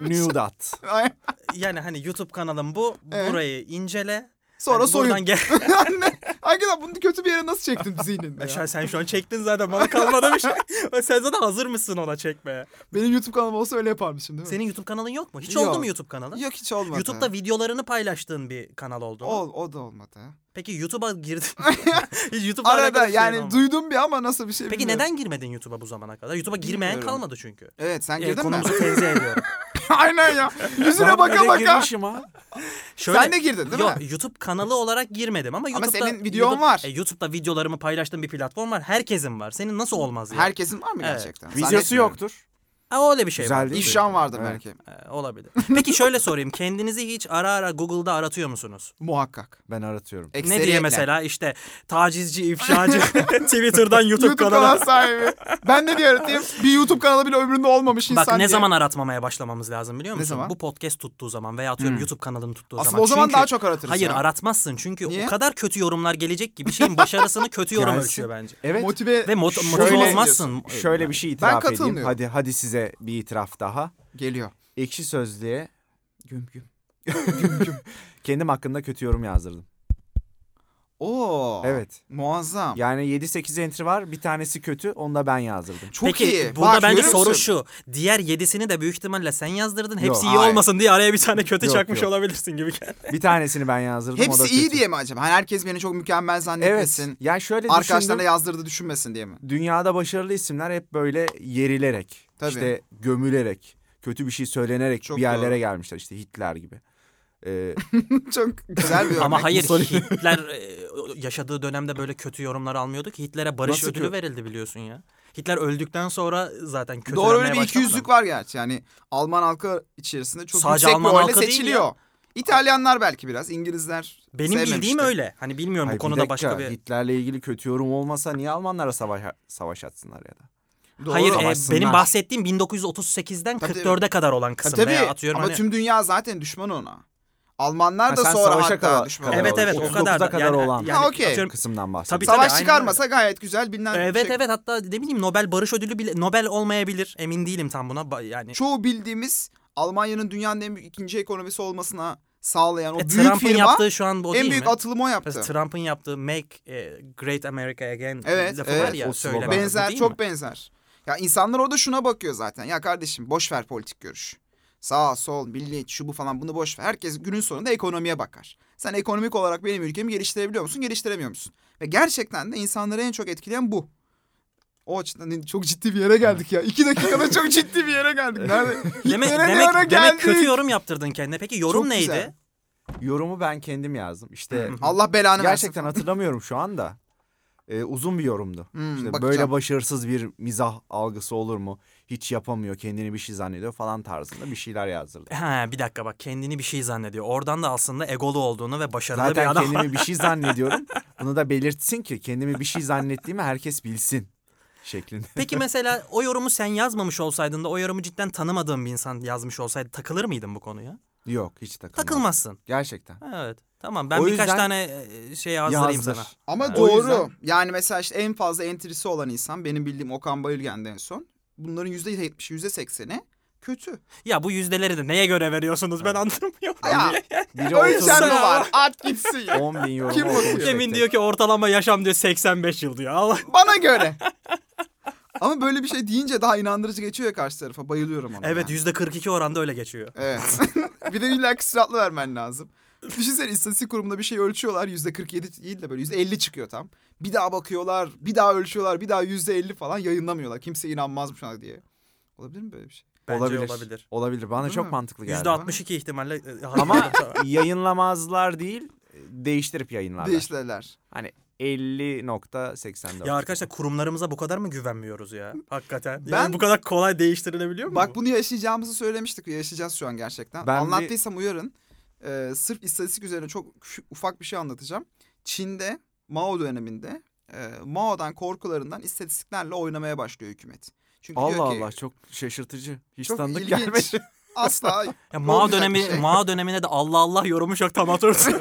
Nudat. Ay, Yani hani YouTube kanalım bu. Evet. Burayı incele. Sonra Hani soyun. buradan gel. Anne. Hakikaten bunu kötü bir yere nasıl çektin zihninde Ya ya? sen şu an çektin zaten bana kalmadı bir şey. Sen zaten hazır mısın ona çekmeye? Benim YouTube kanalım olsa öyle yaparmışım değil mi? Senin YouTube kanalın yok mu? Hiç Yok. oldu mu YouTube kanalı? Yok hiç olmadı. YouTube'da videolarını paylaştığın bir kanal oldu mu? O, o da olmadı. Peki YouTube'a girdin. Hiç YouTube'la Arada alakalı bir şeyin yani olmadı. duydum bir ama nasıl bir şey Peki bilmiyorum. neden girmedin YouTube'a bu zamana kadar? YouTube'a girmeyen Bilmiyorum. kalmadı çünkü. Evet sen Ee, girdin mi? konumuzu tenzih ediyorum. Aynen ya. Yüzüne Ben baka böyle baka. girmişim ha. Şöyle, Sen de girdin değil Yok, mi? YouTube kanalı olarak girmedim ama YouTube'da... senin videon YouTube- var. E, YouTube'da videolarımı paylaştığım bir platform var. Herkesin var. Senin nasıl olmaz ya? Herkesin var mı Evet. gerçekten? Videosu Zannetmiyorum. yoktur. Ha, öyle bir şey Güzel var. değil mi? İfşam vardır Evet. belki. Ee, olabilir. Peki şöyle sorayım. Kendinizi hiç ara ara Google'da aratıyor musunuz? Muhakkak. Ben aratıyorum. Ne Ekseriyetle. diye mesela işte tacizci, ifşacı, Twitter'dan YouTube, YouTube kanalı. kanal sahibi. Ben ne diye aratayım? Bir YouTube kanalı bile ömründe olmamış insan Bak ne diye. zaman aratmamaya başlamamız lazım biliyor Ne musun? zaman? Bu podcast tuttuğu zaman veya atıyorum Hmm. YouTube kanalını tuttuğu Aslında zaman. o zaman Çünkü- daha çok aratırız Hayır ya. aratmazsın çünkü Niye? o kadar kötü yorumlar gelecek ki bir şeyin başarısını kötü yorum Gelsin. ölçüyor bence. Evet. Motive Ve mot- Şöyle- motive diyorsun. olmazsın. Şöyle bir şey itiraf edeyim. katılmıyorum. Hadi hadi size bir itiraf daha. Geliyor. Ekşi Sözlüğe Güm güm. kendim hakkında kötü yorum yazdırdım. Oo. Evet. Muazzam. Yani yedi sekiz entry var. Bir tanesi kötü. Onu da ben yazdırdım. Çok Peki iyi. burada Bak, bence görüyor soru musun? şu. Diğer yedisini de büyük ihtimalle sen yazdırdın. Hepsi Yok, iyi hayır. olmasın diye araya bir tane kötü Yok, çakmış yok. olabilirsin gibi geldi. Bir tanesini ben yazdırdım. o da Hepsi iyi kötü. diye mi acaba? Hani herkes beni çok mükemmel zannetmesin. Evet. Yani şöyle Arkadaşlarına düşündüm. yazdırdı düşünmesin diye mi? Dünyada başarılı isimler hep böyle yerilerek, Tabii. işte gömülerek, kötü bir şey söylenerek Çok bir yerlere doğru. gelmişler. İşte Hitler gibi. Ee, Çok güzel bir örnek. Ama hayır, Soru- Hitler e, yaşadığı dönemde böyle kötü yorumlar almıyordu ki. Hitler'e barış Nasıl ödülü kö- verildi biliyorsun ya. Hitler öldükten sonra zaten kötülenmeye Doğru, öyle bir başlamadı ikiyüzlük mı? var gerçi. Yani Alman halkı içerisinde çok Sadece yüksek Alman bir oyla halkı değil seçiliyor. ya. İtalyanlar belki biraz, İngilizler Benim sevmemişti. bildiğim öyle. Hani bilmiyorum hayır, bu bir konuda dakika, başka bir... Hitler'le ilgili kötü yorum olmasa niye Almanlara savaş savaş açsınlar ya da? Doğru. Hayır, e, savaşsınlar. benim bahsettiğim bin dokuz yüz otuz sekizden Tabii, kırk dörde kadar olan Tabii kısım. tabii. Veya atıyorum Ama hani... tüm dünya zaten düşman ona. Almanlar Ha, da sen sonra savaşa hatta kadar- düşman kadar Evet oldu. evet o otuz dokuza kadar. da. kadar yani, olan. yani Ha, okey. atıyorum- Kısımdan Tabii, bahsediyorum. tabii, Savaş aynen çıkarmasa gayet güzel bilinen bir Evet şey. evet, hatta ne bileyim Nobel Barış Ödülü bile Nobel olmayabilir. Emin değilim tam buna. Ba- Yani Çoğu bildiğimiz Almanya'nın dünyanın en büyük ikinci ekonomisi olmasına sağlayan o e, büyük Trump'ın firma yaptığı şu an o en değil büyük mi? atılımı o yaptı. Mesela Trump'ın yaptığı Make e, Great America Again Evet, lafı evet. var ya O slogan. söyleme. Bu Benzer, değil çok mi? benzer. Ya insanlar orada şuna bakıyor zaten. Ya kardeşim boş ver politik görüş. Sağ, sol, milliyetçi, şu bu falan, bunu boş ver. Herkes günün sonunda ekonomiye bakar. Sen ekonomik olarak benim ülkemi geliştirebiliyor musun, geliştiremiyor musun? Ve gerçekten de insanları en çok etkileyen bu. O açıdan çok ciddi bir yere geldik ya. İki dakikada çok ciddi bir yere geldik. Nerede? Demek, Nereye demek, geldik? demek kötü yorum yaptırdın kendine. Peki yorum Çok neydi? güzel. Yorumu ben kendim yazdım. İşte Allah belanı gerçekten versin. hatırlamıyorum şu anda. Ee, uzun bir yorumdu. Hmm, işte bakacağım. böyle başarısız bir mizah algısı olur mu? Hiç yapamıyor, kendini bir şey zannediyor falan tarzında bir şeyler yazdırdım. Ha, bir dakika bak, kendini bir şey zannediyor. Oradan da aslında egolu olduğunu ve başarılı bir Zaten adam. kendimi bir şey zannediyorum. Bunu da belirtsin ki kendimi bir şey zannettiğimi herkes bilsin şeklinde. Peki mesela o yorumu sen yazmamış olsaydın da o yorumu cidden tanımadığın bir insan yazmış olsaydı takılır mıydın bu konuya? Yok, hiç takılmam. Takılmazsın. Gerçekten. Evet. Tamam, ben O birkaç yüzden tane e, şey yazdırayım Yazdır. sana. Ama O doğru. yüzden- Yani mesela işte en fazla entrisi olan insan benim bildiğim Okan Bayülgen'de en son. Bunların yüzde yetmişi, yüzde sekseni kötü. Ya bu yüzdeleri de neye göre veriyorsunuz ben anlamıyorum. Ya Biri ölçen mi oturmuş var? At gitsin ya. on bin yorum Kim okumuş bakıyor? tek Emin tek. diyor ki ortalama yaşam diyor seksen beş yıl diyor. Allah. Bana göre. Ama böyle bir şey deyince daha inandırıcı geçiyor ya karşı tarafa. Bayılıyorum ona. Evet, ben. yüzde kırk iki oranda öyle geçiyor. Evet. Bir de illa küsuratlı vermen lazım. Düşünsene istatistik kurumunda bir şey ölçüyorlar. Yüzde kırk yedi değil de böyle yüzde elli çıkıyor tam. Bir daha bakıyorlar, bir daha ölçüyorlar, bir daha yüzde elli falan yayınlamıyorlar. Kimse inanmaz şuna diye. Olabilir mi böyle bir şey? Bence olabilir. olabilir. Olabilir. Bana Değil çok mi? mantıklı geldi. yüzde altmış iki ihtimalle. e, Ama hatırladım. yayınlamazlar değil, değiştirip yayınlarlar. Değiştiler. Hani elli nokta seksen dört. Ya arkadaşlar, kurumlarımıza bu kadar mı güvenmiyoruz ya? Hakikaten. Ben- Yani bu kadar kolay değiştirilebiliyor mu? Bak bu? bunu yaşayacağımızı söylemiştik ve yaşayacağız şu an gerçekten. Ben bir- Anlattıysam uyarın. Ee, sırf istatistik üzerine çok şu- ufak bir şey anlatacağım. Çin'de Mao döneminde e, Mao'dan korkularından istatistiklerle oynamaya başlıyor hükümet. Çünkü Allah diyor ki, Allah, çok şaşırtıcı. Hiç çok tanıdık ilginç. gelmedi. Asla Ya Mao olmayacak dönemi bir şey. Mao dönemine de Allah Allah yorumu çok tam otursun.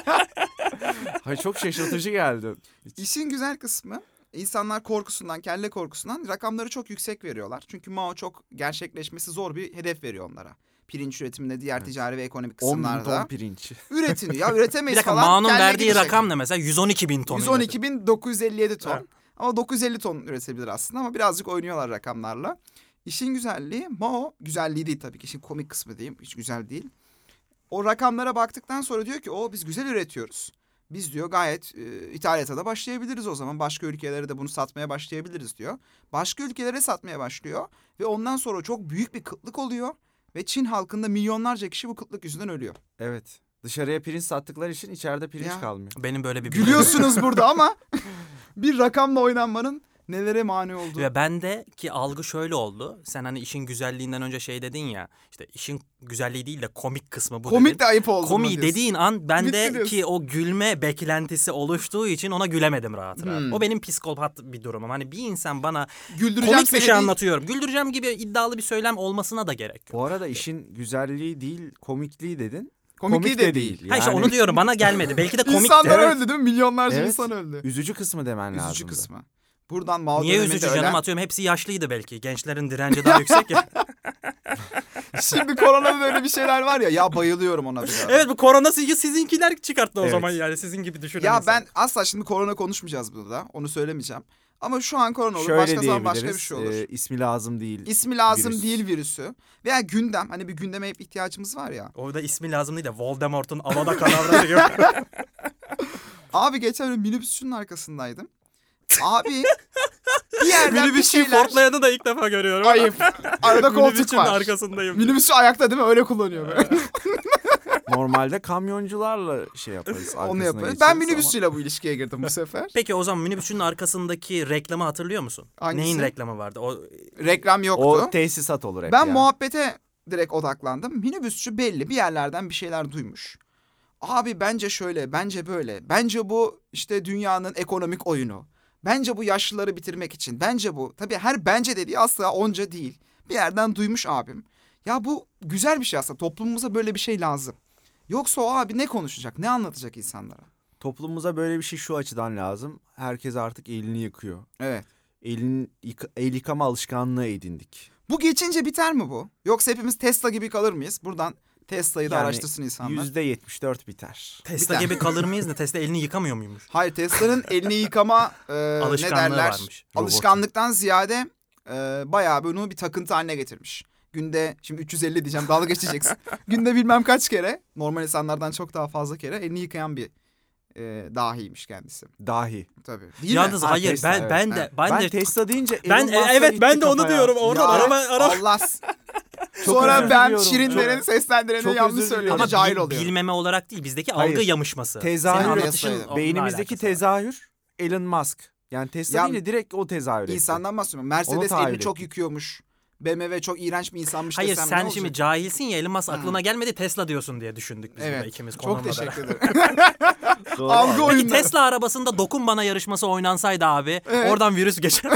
Hayır, çok şaşırtıcı geldi. İşin güzel kısmı, insanlar korkusundan, kelle korkusundan rakamları çok yüksek veriyorlar. Çünkü Mao çok gerçekleşmesi zor bir hedef veriyor onlara. Pirinç üretiminde, diğer ticari ve ekonomik on bin ton kısımlarda. pirinç. Üretin ya, Bir üretemeyiz dakika, falan. Mao'nun kelle verdiği gidecek. rakam ne mesela? yüz on iki bin ton. yüz on iki bin dokuz yüz elli yedi ton. Evet. Ama dokuz yüz elli ton üretebilir aslında ama birazcık oynuyorlar rakamlarla. İşin güzelliği, Mao güzelliği değil tabii ki, işin komik kısmı diyeyim, hiç güzel değil. O rakamlara baktıktan sonra diyor ki o biz güzel üretiyoruz. Biz diyor gayet e, ithalata da başlayabiliriz o zaman. Başka ülkelere de bunu satmaya başlayabiliriz diyor. Başka ülkelere satmaya başlıyor ve ondan sonra çok büyük bir kıtlık oluyor. Ve Çin halkında milyonlarca kişi bu kıtlık yüzünden ölüyor. Evet. Dışarıya pirinç sattıkları için içeride pirinç Ya. kalmıyor. Benim böyle bir Gülüyorsunuz burada ama bir rakamla oynanmanın nelere mani olduğu. Ve bendeki algı şöyle oldu. Sen hani işin güzelliğinden önce şey dedin ya. İşte işin güzelliği değil de komik kısmı bu Komik dedin. de ayıp oldu. Komik dediğin an Bitti bende diyorsun. ki o gülme beklentisi oluştuğu için ona gülemedim rahat rahat. Hmm. O benim psikopat bir durumum. Hani bir insan bana Güldüreceğim komik bir seni şey değil. anlatıyorum. Güldüreceğim gibi iddialı bir söylem olmasına da gerek yok. Bu arada işin güzelliği değil, komikliği dedin. Komikliği Komik de de değil. değil. Ha işte Yani onu diyorum, bana gelmedi. Belki de komik. İnsanlar Evet. öldü değil mi? Milyonlarca Evet. insan öldü. Üzücü kısmı demen lazım. Üzücü kısmı. Buradan Mao Niye döneminde üzücü canım, ölen... atıyorum hepsi yaşlıydı belki. Gençlerin direnci daha yüksek ya. Şimdi koronada da öyle bir şeyler var ya. Ya bayılıyorum ona bir ara. Evet, bu korona sizi sizinkiler çıkarttı o Evet. zaman yani sizin gibi düşünün. Ya insan. ben asla şimdi korona konuşmayacağız burada. Onu söylemeyeceğim. Ama şu an korona olur. Şöyle Başka zaman diyebiliriz. başka bir şey olur. e, ismi lazım değil. İsmi lazım virüs. değil virüsü. Veya gündem. Hani bir gündeme hep ihtiyacımız var ya. Orada ismi lazım değil de Voldemort'un Avada Kedavra'sı gibi. Abi geçen gün minibüsçünün arkasındaydım. Abi bir yerden bir Minibüsçüyü şeyler... Ford'layanı da ilk defa görüyorum. Ayıp. Arada koltuk Minibüsçünün var. arkasındayım. Minibüsçü ayakta değil mi? Öyle kullanıyor böyle. Normalde kamyoncularla şey yaparız. Onu arkasına yapıyor. geçeriz Ben ama- minibüsçüyle bu ilişkiye girdim bu sefer. Peki o zaman minibüsçünün arkasındaki reklamı hatırlıyor musun? Hangisi? Neyin reklamı vardı? O Reklam yoktu. O tesisat olur hep Ben ya. muhabbete direkt odaklandım. Minibüsçü belli bir yerlerden bir şeyler duymuş. Abi bence şöyle, bence böyle. Bence bu işte dünyanın ekonomik oyunu. Bence bu yaşlıları bitirmek için. Bence bu. Tabii her bence dediği asla onca değil. Bir yerden duymuş abim. Ya bu güzel bir şey aslında. Toplumumuza böyle bir şey lazım. Yoksa o abi ne konuşacak, ne anlatacak insanlara? Toplumumuza böyle bir şey şu açıdan lazım. Herkes artık elini yıkıyor. Evet. Elin, yıka- el yıkama alışkanlığı edindik. Bu geçince biter mi bu? Yoksa hepimiz Tesla gibi kalır mıyız? Buradan Tesla'yı da Yani araştırsın insanlar. yüzde yetmiş dört biter. Tesla Bir gibi kalır mıyız ne? Tesla elini yıkamıyor muymuş? Hayır, Tesla'nın elini yıkama e, ne Alışkanlığı derler? varmış. Alışkanlıktan ziyade e, bayağı bunu bir takıntı haline getirmiş. Günde şimdi üç yüz elli diyeceğim, dalga geçeceksin. Günde bilmem kaç kere, normal insanlardan çok daha fazla kere elini yıkayan bir e, dahiymiş kendisi. Dahi. Tabii. Değil Yalnız mi? Ha, hayır Tesla, ben evet. ben de Evet. ben, Ben, de Tesla deyince ben Elon Musk'a evet gitti ben de onu kafa ya. diyorum. Oradan Ya, araba araba Allah. Çok Sonra özür ben diliyorum. Şirinlerin Çok- seslendireni çok yanlış özür söylüyorum. ama Ama cahil bil- oluyor. bilmeme olarak değil, bizdeki Hayır. algı yamışması. Tezahür Senin et- anlatışın onunla Beynimizdeki alakası var. tezahür Elon Musk. Yani Tesla Ya, deyince direkt o tezahür etti. İnsandan bahsediyorum. Onu Mercedes tahayyül elini çok ettim. yıkıyormuş. B M W çok iğrenç bir insanmış Hayır desem ne sen olacak? şimdi cahilsin ya, Elon Musk Hı. aklına gelmedi, Tesla diyorsun diye düşündük biz Evet. burada ikimiz Çok konumla teşekkür beraber. ederim. Doğru Algı abi. oyunu. Peki Tesla arabasında dokun bana yarışması oynansaydı abi, Evet. oradan virüs geçer.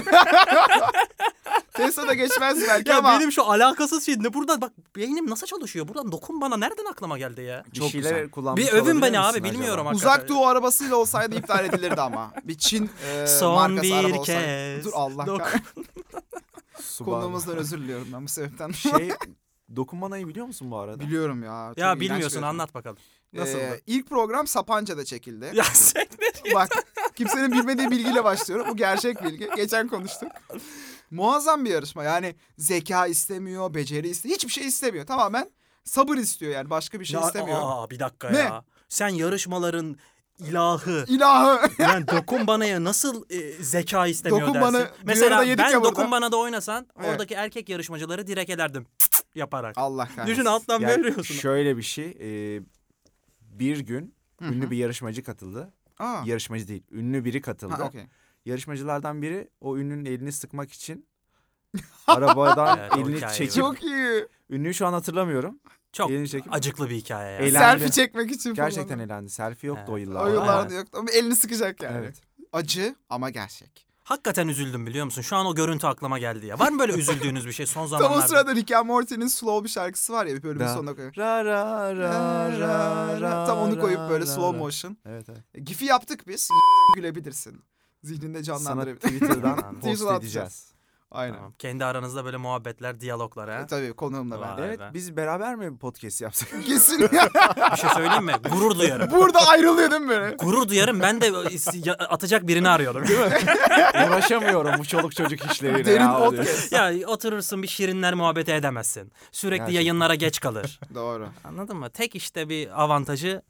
Tesla da geçmez belki Ya ama. benim şu alakasız şey ne, burada bak beynim nasıl çalışıyor? Buradan dokun bana nereden aklıma geldi ya? Bir Çok şeyler güzel. kullanmış Bir övün olabilir beni misin abi, bilmiyorum acaba? hakikaten. Uzak Doğu arabasıyla olsaydı iptal edilirdi ama. Bir Çin e, Son markası araba bir olsaydı. kez. Dur Allah Dokun. kahretsin. Subhanallah. Konuğumuzdan özür diliyorum ben bu sebepten. Şey, dokunmanayı biliyor musun bu arada? Biliyorum ya. çok Ya iğrenç bilmiyorsun, bir- anlat bakalım. Nasıldı? Ee, ilk program Sapanca'da çekildi. Ya sen ne? Bak kimsenin bilmediği bilgiyle başlıyorum. Bu gerçek bilgi. Geçen konuştuk. Muazzam bir yarışma. Yani zeka istemiyor, beceri istemiyor. Hiçbir şey istemiyor. Tamamen sabır istiyor yani. Başka bir şey Ya, istemiyor. aa, bir dakika Ne? ya. Sen yarışmaların ilahı. İlahı. Yani dokun bana'ya nasıl e, zeka istemiyor Dokun dersin? Bana, bir Mesela arada yedik ben ya dokun burada. bana'da oynasan Evet. oradaki erkek yarışmacıları direkt ederdim yaparak. Allah kahretsin. Düşün alttan Yani veriyorsun. şöyle bir şey. e, bir gün Hı hı. ünlü bir yarışmacı katıldı. Aa. Yarışmacı değil, ünlü biri katıldı. Ha, okey. Yarışmacılardan biri o ünlünün elini sıkmak için arabadan Evet, o elini hikayeyi çekip... Çok iyi. Ünlüyü şu an hatırlamıyorum. Çok elini çekip... acıklı bir hikaye ya. Eğlen- Selfie Eğlendi. çekmek için falan. Gerçekten elendi. Selfie yoktu Evet. o yıllarda. O yıllarda Evet. yoktu ama elini sıkacak yani. Evet. Acı ama gerçek. Hakikaten üzüldüm biliyor musun? Şu an o görüntü aklıma geldi ya. Var mı böyle üzüldüğünüz bir şey son Tam zamanlarda? o sırada Rick and Morty'nin slow bir şarkısı var ya, bir bölümün Da- sonuna koyuyor. Ra ra ra ra ra. Tam onu koyup böyle ra, slow ra. motion. Evet evet. Gif'i yaptık biz. Gülebilirsin. Zihninde Sana canlandırabilir. Twitter'dan Twitter'dan post atacağız. edeceğiz. Aynen. Tamam. Kendi aranızda böyle muhabbetler, diyaloglar ha. E, tabii konuğumla Vay. ben. Evet be. biz beraber mi bir podcast yapsak? Kesin. Bir şey söyleyeyim mi? Gurur duyarım. Burada ayrılıyor değil mi böyle? Gurur duyarım. Ben de ya- atacak birini arıyorum. Uğraşamıyorum bu çoluk çocuk işleriyle. Derin ya. podcast. Ya oturursun bir şirinler muhabbeti edemezsin. Sürekli Gerçekten. yayınlara geç kalır. Doğru. Anladın mı? Tek işte bir avantajı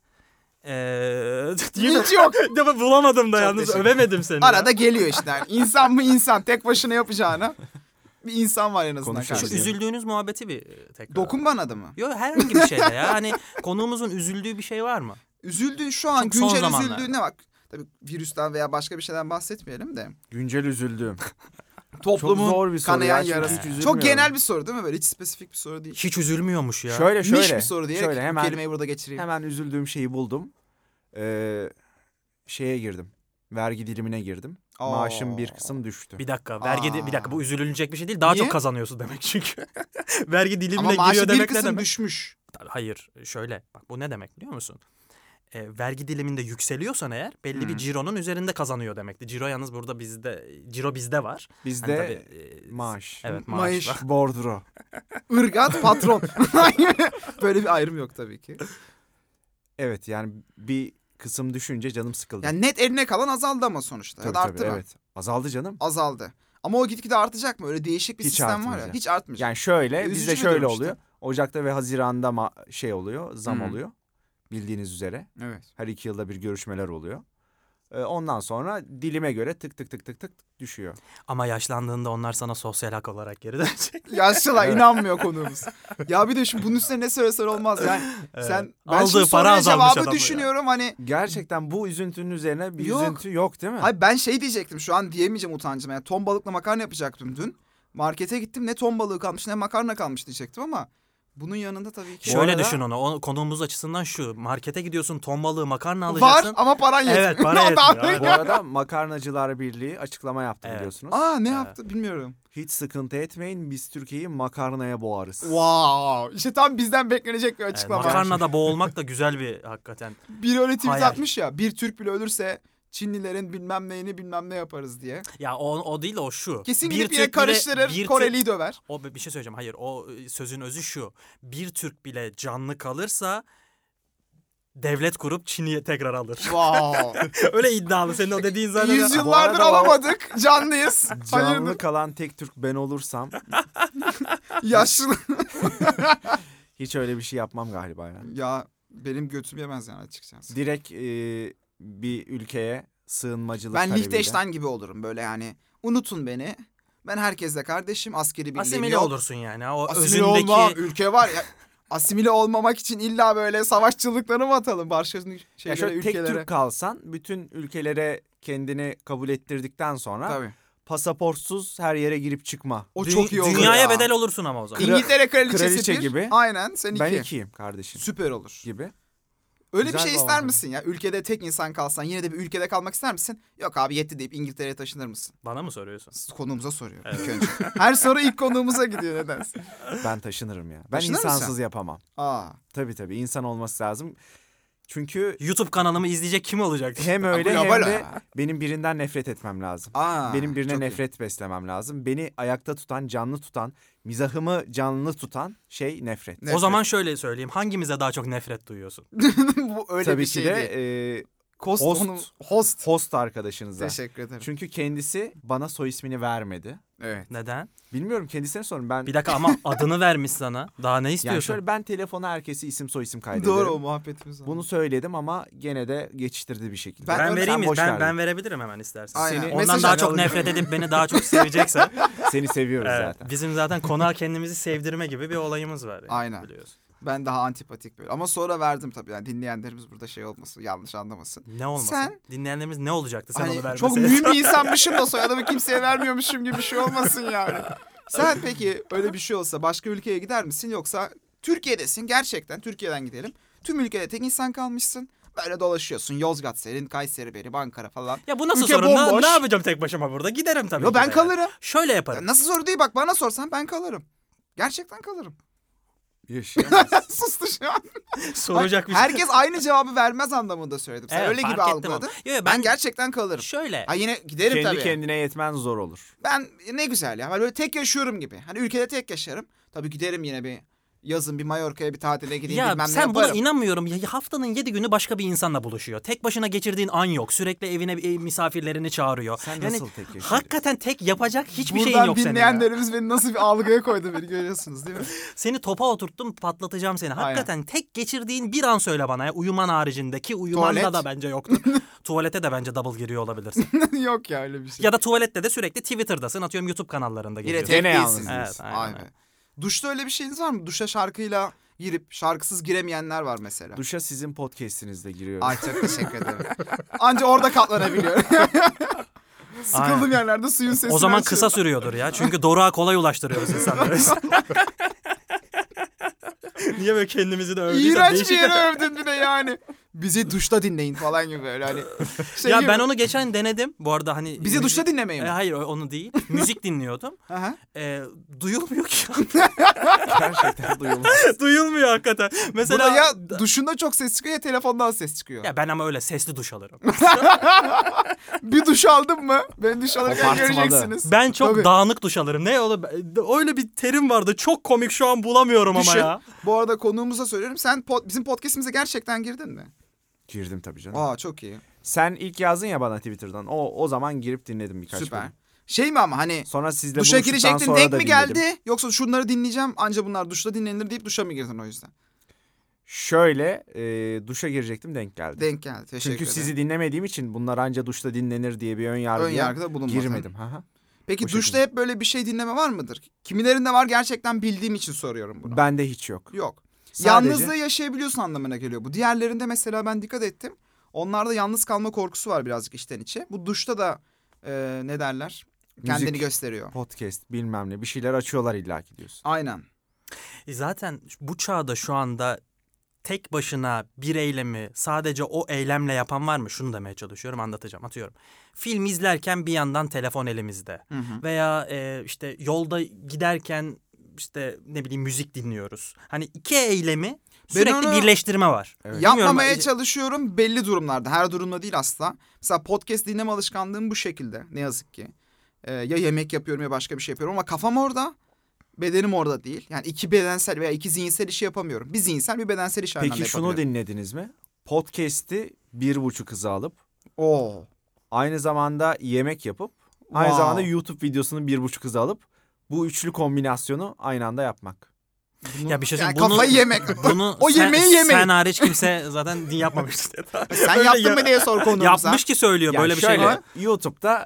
eee Hiç yok. Ya ben bulamadım da Çok yalnız, teşekkür övemedim seni. ya. Arada geliyor işte. Yani İnsan mı insan tek başına yapacağına. Bir insan var en azından Konuşuruz. Şu karşında. üzüldüğünüz muhabbeti bir e, tekrar. Dokun bana da mı? Yok herhangi bir şeyde ya. Hani konuğumuzun üzüldüğü bir şey var mı? Üzüldüğü şu an Çok son güncel zamanlarda. üzüldüğüne bak. Tabii virüsten veya başka bir şeyden bahsetmeyelim de. Güncel üzüldüm. Toplumun Çok zor bir soru kanayan ya, çünkü yarası. hiç üzülmüyorum. Çok genel bir soru değil mi? Böyle hiç spesifik bir soru değil. Hiç üzülmüyormuş ya. Şöyle şöyle. Niş bir soru diye Şöyle hemen, kelimeyi burada geçireyim. hemen üzüldüğüm şeyi buldum. Ee, şeye girdim. Vergi dilimine girdim. Aa. Maaşım bir kısım düştü. Bir dakika vergi di- bir dakika, bu üzülünecek bir şey değil. Daha Niye? çok kazanıyorsun demek çünkü. Vergi dilimine Ama maaşı giriyor bir demek ne kısım demek? düşmüş. Hayır şöyle bak, bu ne demek biliyor musun? E, vergi diliminde yükseliyorsan eğer belli Hı. bir cironun üzerinde kazanıyor demekti. Ciro yalnız burada bizde, ciro bizde var. Bizde Hani tabii, e, maaş. Evet maaş Maaş. var. Bordro. Irgat patron. Böyle bir ayrım yok tabii ki. Evet yani bir kısım düşünce canım sıkıldı. Yani net eline kalan azaldı ama sonuçta. tabii, ya da arttı tabii, mı? evet. Azaldı canım. Azaldı. Ama o gitgide artacak mı? Öyle değişik bir Hiç sistem var ya. artmayacak. Hiç artmayacak. Yani şöyle Üzücü bizde bir şöyle durum işte. oluyor. Ocak'ta ve Haziran'da ma- şey oluyor, zam Hı. oluyor. Bildiğiniz üzere. Evet. Her iki yılda bir görüşmeler oluyor. Ee, ondan sonra dilime göre tık tık tık tık tık düşüyor. Ama yaşlandığında onlar sana sosyal hak olarak geri dönecek. Yaşlılar Evet. inanmıyor konuğumuz. Ya bir de şu bunun üstüne ne söylesen olmaz. Yani Evet. sen ben Aldığı şimdi para soruya azalmış cevabı adamın düşünüyorum hani. Gerçekten bu üzüntünün üzerine bir Yok. üzüntü yok değil mi? Hayır ben şey diyecektim şu an diyemeyeceğim utancıma. Yani ton balıkla makarna yapacaktım dün. Markete gittim ne ton balığı kalmış ne makarna kalmış diyecektim ama bunun yanında tabii ki. Şöyle arada- düşün onu. O, konuğumuz açısından şu. Markete gidiyorsun, ton balığı, makarna alacaksın. Var ama paran yetmiyor. Evet, para yetmiyor. Bu arada Makarnacılar Birliği açıklama yaptı Evet. biliyorsunuz. Aa ne Evet. yaptı bilmiyorum. Hiç sıkıntı etmeyin biz Türkiye'yi makarnaya boğarız. Wow. İşte tam bizden beklenecek bir Evet, açıklama. makarnada boğulmak da güzel bir hakikaten. Biri öyle tweet Hayal. atmış ya. Bir Türk bile ölürse Çinlilerin bilmem neyini bilmem ne yaparız diye. Ya o, o değil de o şu. Kesin Bir gidip Türk yine bile- karıştırır bir Türk- Koreli'yi döver. O bir şey söyleyeceğim. Hayır o e, sözün özü şu. Bir Türk bile canlı kalırsa devlet kurup Çin'i tekrar alır. Wow. Öyle iddialı. Senin o dediğin zaten. Yüzyıllardır Bu arada o- alamadık. Canlıyız. Canlı Hayırdır? kalan tek Türk ben olursam Yaşlı. hiç öyle bir şey yapmam galiba yani. Ya benim götüm yemez yani açıkçası. Direkt e, bir ülkeye sığınmacılık Ben talebiyle. Liechtenstein gibi olurum böyle yani. Unutun beni. Ben herkesle kardeşim. Askeri birliğim Asimile yok. olursun yani. O Asimile özündeki olmam. Ülke var ya. Asimile olmamak için illa böyle savaşçılıkları mı atalım? Başka Ya şeylere, şöyle tek ülkelere. Türk kalsan bütün ülkelere kendini kabul ettirdikten sonra Tabii. pasaportsuz her yere girip çıkma. O Dü- çok iyi olur dünyaya ya. bedel olursun ama o zaman. Kral- İngiltere kraliçesi kraliçe bir. gibi. Aynen sen iki. Ben ikiyim kardeşim Süper olur. gibi. Öyle Güzel bir şey bir ister avantaj. misin ya? Ülkede tek insan kalsan yine de bir ülkede kalmak ister misin? Yok abi yetti deyip İngiltere'ye taşınır mısın? Bana mı soruyorsun? Konuğumuza soruyor Evet. ilk önce. Her soru ilk konuğumuza gidiyor nedense. Ben taşınırım ya. Ben Taşınır mısın? insansız yapamam. Aa. Tabii tabii insan olması lazım. Çünkü YouTube kanalımı izleyecek kim olacak? hem öyle Global hem de ha. benim birinden nefret etmem lazım. Aa. Benim birine çok iyi. nefret beslemem lazım. Beni ayakta tutan, canlı tutan, mizahımı canlı tutan şey nefret. Nefret. O zaman şöyle söyleyeyim. Hangimize daha çok nefret duyuyorsun? Bu öyle Tabii bir ki şey de değil. e, Host, host- onun- host. host arkadaşınıza. Teşekkür ederim. Çünkü kendisi bana soy ismini vermedi. Evet. Neden? Bilmiyorum kendisine sorun. Ben Bir dakika ama adını vermiş sana. Daha ne istiyorsun? yani şöyle ben telefona herkesi isim soy isim kaydederim. Doğru o muhabbetimiz var. Bunu söyledim ama gene de geçiştirdi bir şekilde. Ben- Ben, Sen vereyim mi? boş Ben, ver. ben verebilirim hemen istersen. Aynen. Seni- Ondan Mesaj daha at. çok nefret edip beni daha çok sevecekse. Seni seviyoruz Evet, zaten. bizim zaten konağa kendimizi sevdirme gibi bir olayımız var. Yani, Aynen. Biliyorsun. Ben daha antipatik böyle. Ama sonra verdim tabii. Yani dinleyenlerimiz burada şey olmasın, yanlış anlamasın. Ne olmasın? Sen- Dinleyenlerimiz ne olacaktı sen onu Hani vermeseydin? çok mühim bir insanmışım da soyadımı kimseye vermiyormuşum gibi bir şey olmasın yani. Sen peki öyle bir şey olsa başka ülkeye gider misin yoksa Türkiye'desin gerçekten Türkiye'den gidelim. Tüm ülkede tek insan kalmışsın. Böyle dolaşıyorsun. Yozgat serin, Kayseri benim, Ankara falan. Ya bu nasıl Ülke sorun? Ne, bomboş. ne yapacağım tek başıma burada? Giderim tabii Yo ki ben de. kalırım. Şöyle yaparım. Nasıl soru değil bak bana sorsan ben kalırım. Gerçekten kalırım. Yaşayamaz. Sustu şu an. Soracak bir şey. Herkes aynı cevabı vermez anlamında söyledim. Sen Evet, öyle gibi fark ettim algıladın. onu. Yo, yo, Ben, ben gerçekten kalırım. Şöyle. Ha yine giderim Kendi tabii. kendine yetmen zor olur. Ben ne güzel ya. Ben böyle tek yaşıyorum gibi. Hani ülkede tek yaşarım. Tabii giderim yine bir yazın bir Mallorca'ya bir tatile gideyim Ya bilmem ne sen buna yaparım. inanmıyorum. Ya haftanın yedi günü başka bir insanla buluşuyor. Tek başına geçirdiğin an yok. Sürekli evine e, misafirlerini çağırıyor. Sen yani nasıl tek yaşıyorsun? hakikaten tek yapacak hiçbir Buradan şeyin yok senin. ya. dinleyenlerimiz beni nasıl bir algıya koydu beni görüyorsunuz değil mi? Seni topa oturttum patlatacağım seni. Aynen. Hakikaten tek geçirdiğin bir an söyle bana ya. Uyuman haricindeki uyumanda Tuvalet. da bence yoktur. Tuvalete de bence double giriyor olabilirsin. Yok ya öyle bir şey. Ya da tuvalette de sürekli Twitter'dasın. Atıyorum YouTube kanallarında Yine geziyorsun. tek Gene değilsiniz. yalnız Evet, aynen, Vay be. aynen. Duşta öyle bir şeyiniz var mı? Duşa şarkıyla girip şarkısız giremeyenler var mesela. Duşa sizin podcast'inizde giriyoruz. Ay çok teşekkür ederim. Anca orada katlanabiliyorum. Sıkıldım Aynen. yerlerde suyun sesini O zaman açıyorum. kısa sürüyordur ya. Çünkü doruğa kolay ulaştırıyoruz insanları. Niye böyle kendimizi de övdüysek İğrenç değişik. bir yere övdün bir de yani. Bizi duşta dinleyin falan gibi böyle hani. Şey Ya gibi. ben onu geçen denedim. Bu arada hani... Bizi müzik- duşta dinlemeyin E, mi? hayır onu değil. Müzik dinliyordum. Aha. E, duyulmuyor ki. Gerçekten duyulmaz. Duyulmuyor hakikaten. Mesela Mesela ya duşunda çok ses çıkıyor ya telefondan ses çıkıyor. ya ben ama öyle sesli duş alırım. Bir duş aldın mı? Ben duş alırken Abartmalı. göreceksiniz. Ben çok Tabii. dağınık duş alırım. Ne oğlum? Öyle bir terim vardı. Çok komik, şu an bulamıyorum Düşün. ama ya. Bu arada konuğumuza söylüyorum. Sen po- bizim podcast'imize gerçekten girdin mi? Girdim tabii canım. Aa çok iyi. Sen ilk yazdın ya bana Twitter'dan. O o zaman girip dinledim birkaç Süper. bölüm. Şey mi ama hani Sonra sizle duşa buluştuktan girecektin sonra denk da mi dinledim. geldi? Yoksa şunları dinleyeceğim anca bunlar duşta dinlenir deyip duşa mı girdin o yüzden? Şöyle e, duşa girecektim denk geldi. Denk geldi. Teşekkür Çünkü ederim. sizi dinlemediğim için bunlar anca duşta dinlenir diye bir ön yargıya Ön yargıda bulunmadın. girmedim. Hı hı. Peki O duşta şekilde. hep böyle bir şey dinleme var mıdır? Kimilerinde var, gerçekten bildiğim için soruyorum bunu. Bende hiç yok. Yok. Sadece- Yalnızlığı yaşayabiliyorsun anlamına geliyor bu. Diğerlerinde mesela ben dikkat ettim. Onlarda yalnız kalma korkusu var birazcık içten içe. Bu duşta da e, ne derler? Kendini Müzik. gösteriyor. Podcast bilmem ne bir şeyler açıyorlar illaki diyorsun. Aynen. E zaten bu çağda şu anda tek başına bir eylemi sadece o eylemle yapan var mı? Şunu demeye çalışıyorum, anlatacağım, atıyorum. Film izlerken bir yandan telefon elimizde. Hı hı. Veya e, işte yolda giderken işte ne bileyim müzik dinliyoruz. Hani iki eylemi sürekli onu birleştirme var. Evet. Yapmamaya Bilmiyorum, çalışıyorum belli durumlarda. Her durumda değil asla. Mesela podcast dinleme alışkanlığım bu şekilde. Ne yazık ki. Ee, ya yemek yapıyorum ya başka bir şey yapıyorum ama kafam orada. Bedenim orada değil. Yani iki bedensel veya iki zihinsel işi yapamıyorum. Bir zihinsel bir bedensel iş aynı anda Peki şunu yapabiliyorum. dinlediniz mi? Podcast'i bir buçuk hıza alıp Oo. aynı zamanda yemek yapıp aynı Wow. zamanda YouTube videosunu bir buçuk hıza alıp bu üçlü kombinasyonu aynı anda yapmak. Bunu, Ya bir şey yani söyleyeyim, bunu- kafayı yemek. Bunu O sen, yemeği yemeyin. Sen hariç kimse zaten din yapmamıştır. Sen Öyle yaptın ya- mı diye sor konuğumuza. Yapmış ki söylüyor Yani böyle bir şöyle, şey var. YouTube'da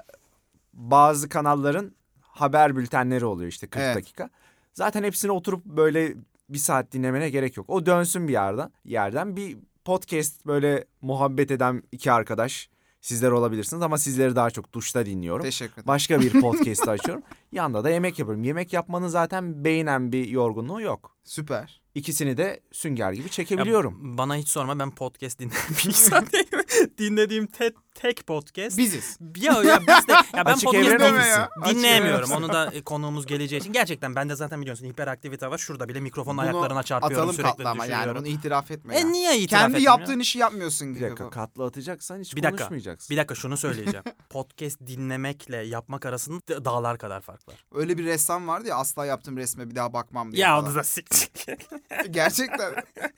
bazı kanalların haber bültenleri oluyor işte kırk Evet. dakika. Zaten hepsini oturup böyle bir saat dinlemene gerek yok. O dönsün bir yerden. Yerden bir podcast böyle muhabbet eden iki arkadaş sizler olabilirsiniz ama sizleri daha çok duşta dinliyorum. Teşekkür ederim. Başka bir podcast açıyorum. Yanda da yemek yapıyorum. Yemek yapmanın zaten beynen bir yorgunluğu yok. Süper. İkisini de sünger gibi çekebiliyorum. Ya bana hiç sorma, ben podcast dinleyen bir insan değilim. Dinlediğim te- tek podcast. Biziz. Ya, ya biz de ya ben Açık podcast evren din- ofisi. ya. Açık dinleyemiyorum. evren Onu da e, konuğumuz geleceği için. Gerçekten bende zaten biliyorsun hiperaktivite var. Şurada bile mikrofonun ayaklarına çarpıyorum, atalım sürekli katlı ama yani düşürüyorum. bunu itiraf etme E ya. niye itiraf Kendi etmiyor? yaptığın işi yapmıyorsun Bir gibi. dakika, bu. katlı atacaksan hiç Bir dakika. konuşmayacaksın. Bir dakika şunu söyleyeceğim. Podcast dinlemekle yapmak arasında dağlar kadar fark var. Öyle bir ressam vardı ya, asla yaptığım resme bir daha bakmam diye. Ya falan. onu da siktir. Gerçekten.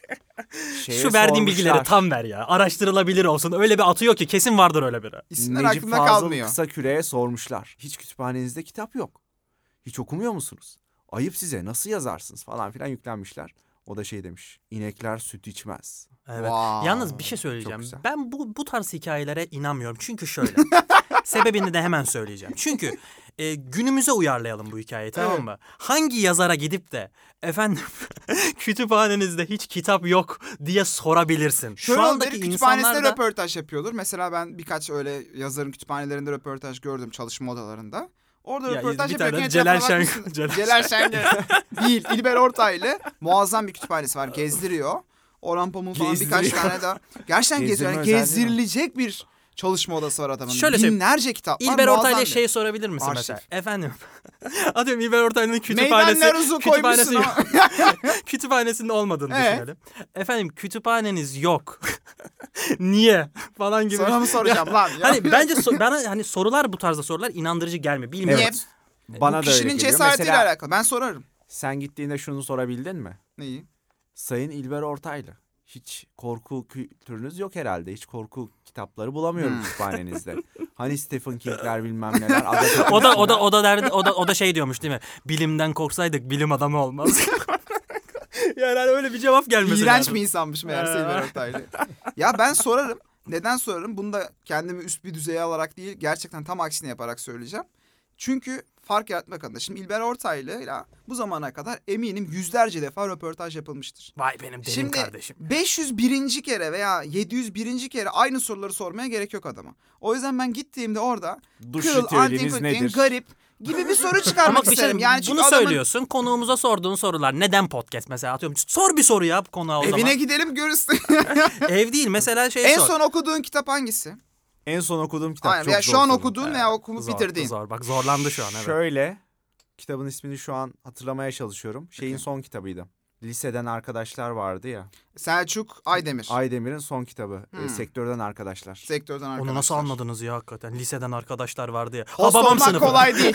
Şeye Şu verdiğin sormuşlar. bilgileri tam ver ya. Araştırılabilir olsun. Öyle bir atıyor ki kesin vardır öyle biri. İsimler Necip aklımda Fazıl kalmıyor. Kısaküre'ye sormuşlar. Hiç kütüphanenizde kitap yok. Hiç okumuyor musunuz? Ayıp size, nasıl yazarsınız falan filan yüklenmişler. O da şey demiş. İnekler süt içmez. Evet. Wow. Yalnız bir şey söyleyeceğim. güzel. Ben bu bu tarz hikayelere inanmıyorum. Çünkü şöyle. Sebebini de hemen söyleyeceğim. Çünkü e, günümüze uyarlayalım bu hikayeyi, tamam Evet. mı? Hangi yazara gidip de efendim kütüphanenizde hiç kitap yok diye sorabilirsin. Şöyle Şu olur, andaki kütüphanesinde insanlar da röportaj yapıyordur. Mesela ben birkaç öyle yazarın kütüphanelerinde röportaj gördüm, çalışma odalarında. Orada Ya, röportaj bir tane yapıyorken Celal etrafına Şengör- bakmışsın. Celal Celal Şengör. Değil, İlber Ortaylı. Muazzam bir kütüphanesi var, gezdiriyor. Orhan Pamuk falan birkaç Gezdiriyor. tane daha. Gerçekten gezdiriyor. Yani Gezdirme özelliği var. gezdirilecek bir çalışma odası var adamın. Şöyle söyleyeyim. Binlerce kitap var. İlber muazzam Ortaylı'ya bir- şey sorabilir misin Arşiv. mesela? Efendim. Atıyorum İlber Ortaylı'nın kütüphanesi. Meydanlar uzun koymuşsun kütüphanesi- ama. kütüphanesinde olmadığını Evet. düşünelim. Efendim kütüphaneniz yok. Niye? Falan gibi. Sana mı soracağım lan? Ya. Hani bence so- bana hani sorular, bu tarzda sorular inandırıcı gelmiyor. Bilmiyorum. Niye? Bana Bu da öyle kişinin geliyor. cesaretiyle Mesela alakalı. Ben sorarım. sen gittiğinde şunu sorabildin mi? Neyi? Sayın İlber Ortaylı. Hiç korku kültürünüz yok herhalde. Hiç korku kitapları bulamıyorum Hmm. kütüphanenizde. Hani Stephen King'ler bilmem neler. Agatha O da o da o da derdi o da o da şey diyormuş değil mi? Bilimden korksaydık bilim adamı olmaz. Yani hani öyle bir cevap gelmesi İğrenç lazım. bir insanmış meğerse Ee. İlber Ortaylı. Ya ben sorarım. Neden sorarım? Bunu da kendimi üst bir düzeye alarak değil, gerçekten tam aksini yaparak söyleyeceğim. Çünkü fark yaratmak adına. Şimdi İlber Ortaylı'yla bu zamana kadar eminim yüzlerce defa röportaj yapılmıştır. Vay benim derin Şimdi kardeşim. beş yüz birinci kere veya yedi yüz birinci kere aynı soruları sormaya gerek yok adama. O yüzden ben gittiğimde orada Duş kıl, ritüeliniz antin, nedir? garip gibi bir soru çıkarmak Ama bir şey, isterim. Yani çünkü bunu adamın söylüyorsun. Konuğumuza sorduğun sorular. Neden podcast mesela atıyorum. Sor bir soru ya konuğa o evine zaman. gidelim görürsün. Ev değil mesela şey En sor. son okuduğun kitap hangisi? En son okuduğum kitap Aynen. çok Veya zor şu an soru. okuduğun veya okumuş Zor, bitirdiğin. Zor bak zorlandı şu an evet. Şöyle Kitabın ismini şu an hatırlamaya çalışıyorum. Şeyin Peki. son kitabıydı. Liseden arkadaşlar vardı ya. Selçuk Aydemir. Aydemir'in son kitabı. Hmm. E, sektörden arkadaşlar. Sektörden arkadaşlar. Onu nasıl anladınız ya hakikaten? Liseden arkadaşlar vardı ya. Host Hababam olmak sınıfı. kolay değil.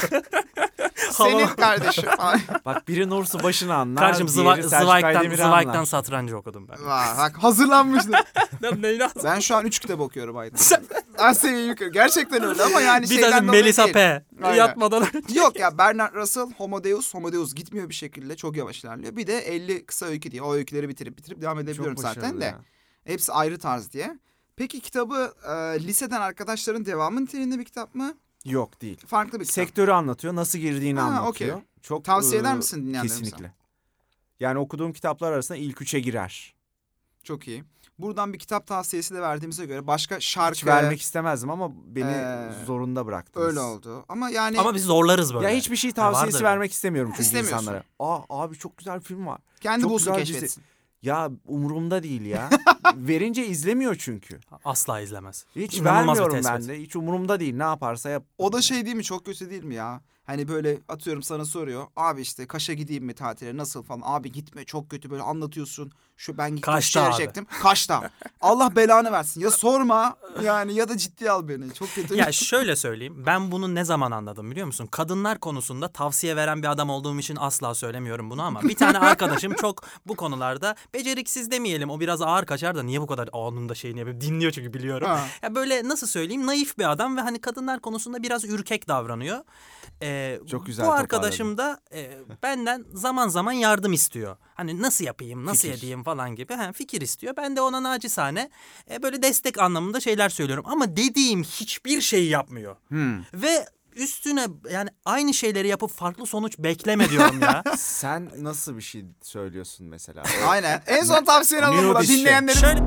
Senin Hababam. kardeşim. Bak biri Nur Subaşı'nı anlar. Kardeşim diğeri Zıva- Selçuk Zıvayk'tan, Aydemir'i anlar. Zıvayk'tan satrancı okudum ben. Vay, bak hazırlanmıştım. Neyle Ben şu an üç kitap okuyorum Aydın. Ben seviye yukarı. Gerçekten öyle ama yani Bir şeyden tane dolayı Melisa değil. P. Aynen. Yatmadan önce. Yok ya, Bernard Russell Homo Deus, Homo Deus gitmiyor bir şekilde. Çok yavaş ilerliyor. Bir de elli kısa öykü diye. O öyküleri bitirip bitirip devam edebiliyorum Çok zaten başarılı de. ya. Hepsi ayrı tarz diye. Peki kitabı e, liseden arkadaşların devamı niteliğinde bir kitap mı? Yok değil. Farklı bir kitap. Sektörü anlatıyor. Nasıl girdiğini Ha, anlatıyor. okey. Çok Tavsiye eder ıı, misin dinleyenlerimize? Kesinlikle. Yani okuduğum kitaplar arasında ilk üçe girer. Çok iyi. Buradan bir kitap tavsiyesi de verdiğimize göre başka şarkı... Hiç vermek istemezdim ama beni Ee, zorunda bıraktınız. Öyle oldu. Ama yani Ama biz zorlarız böyle. Ya hiçbir şey tavsiyesi vardır. vermek istemiyorum çünkü İstemiyorsun. insanlara. Aa abi çok güzel bir film var. kendi çok bulsun güzel dizi. keşfetsin. Ya umurumda değil ya. Verince izlemiyor çünkü. Asla izlemez. Hiç İnanılmaz bir vermiyorum ben tespit. de. Hiç umurumda değil. Ne yaparsa yap. O da şey değil mi, çok kötü değil mi ya? Hani böyle atıyorum sana soruyor. Abi işte Kaş'a gideyim mi tatile, nasıl falan. Abi gitme, çok kötü, böyle anlatıyorsun. Şu ben gittim Kaş'ta abi. çektim. Kaş'ta. Allah belanı versin. Ya sorma yani ya da ciddiye al beni. Çok kötü. Ya şöyle söyleyeyim. Ben bunu ne zaman anladım biliyor musun? Kadınlar konusunda tavsiye veren bir adam olduğum için asla söylemiyorum bunu ama bir tane arkadaşım çok bu konularda beceriksiz demeyelim. O biraz ağır kaçar da niye bu kadar anında şeyini yapayım? Dinliyor çünkü biliyorum. Ha. Ya böyle nasıl söyleyeyim? Naif bir adam ve hani kadınlar konusunda biraz ürkek davranıyor. Ee, Çok güzel Bu arkadaşım da e, benden zaman zaman yardım istiyor. Hani nasıl yapayım, nasıl Fikir. edeyim falan gibi. Ha, fikir istiyor. Ben de ona nacizane e, böyle destek anlamında şeyler söylüyorum. Ama dediğim hiçbir şeyi yapmıyor. Hmm. Ve üstüne yani aynı şeyleri yapıp farklı sonuç bekleme diyorum ya. Sen nasıl bir şey söylüyorsun mesela? Aynen. En son tavsiyeni alalım Nude burada. işte. Dinleyenlerim. Şöyle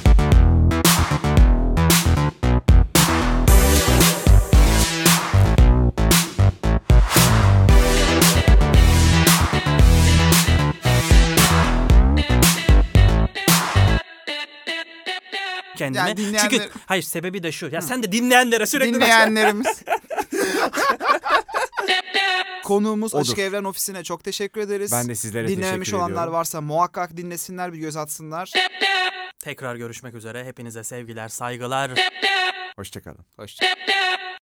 kendime. Yani dinleyenler- Çünkü hayır sebebi de şu. Ya sen de dinleyenlere sürekli Dinleyenlerimiz. Konuğumuz Odur. Açık Evren Ofisi'ne çok teşekkür ederiz. Ben de sizlere Dinlememiş teşekkür olanlar ediyorum. varsa muhakkak dinlesinler, bir göz atsınlar. Tekrar görüşmek üzere. Hepinize sevgiler, saygılar. Hoşçakalın. Hoşçakalın.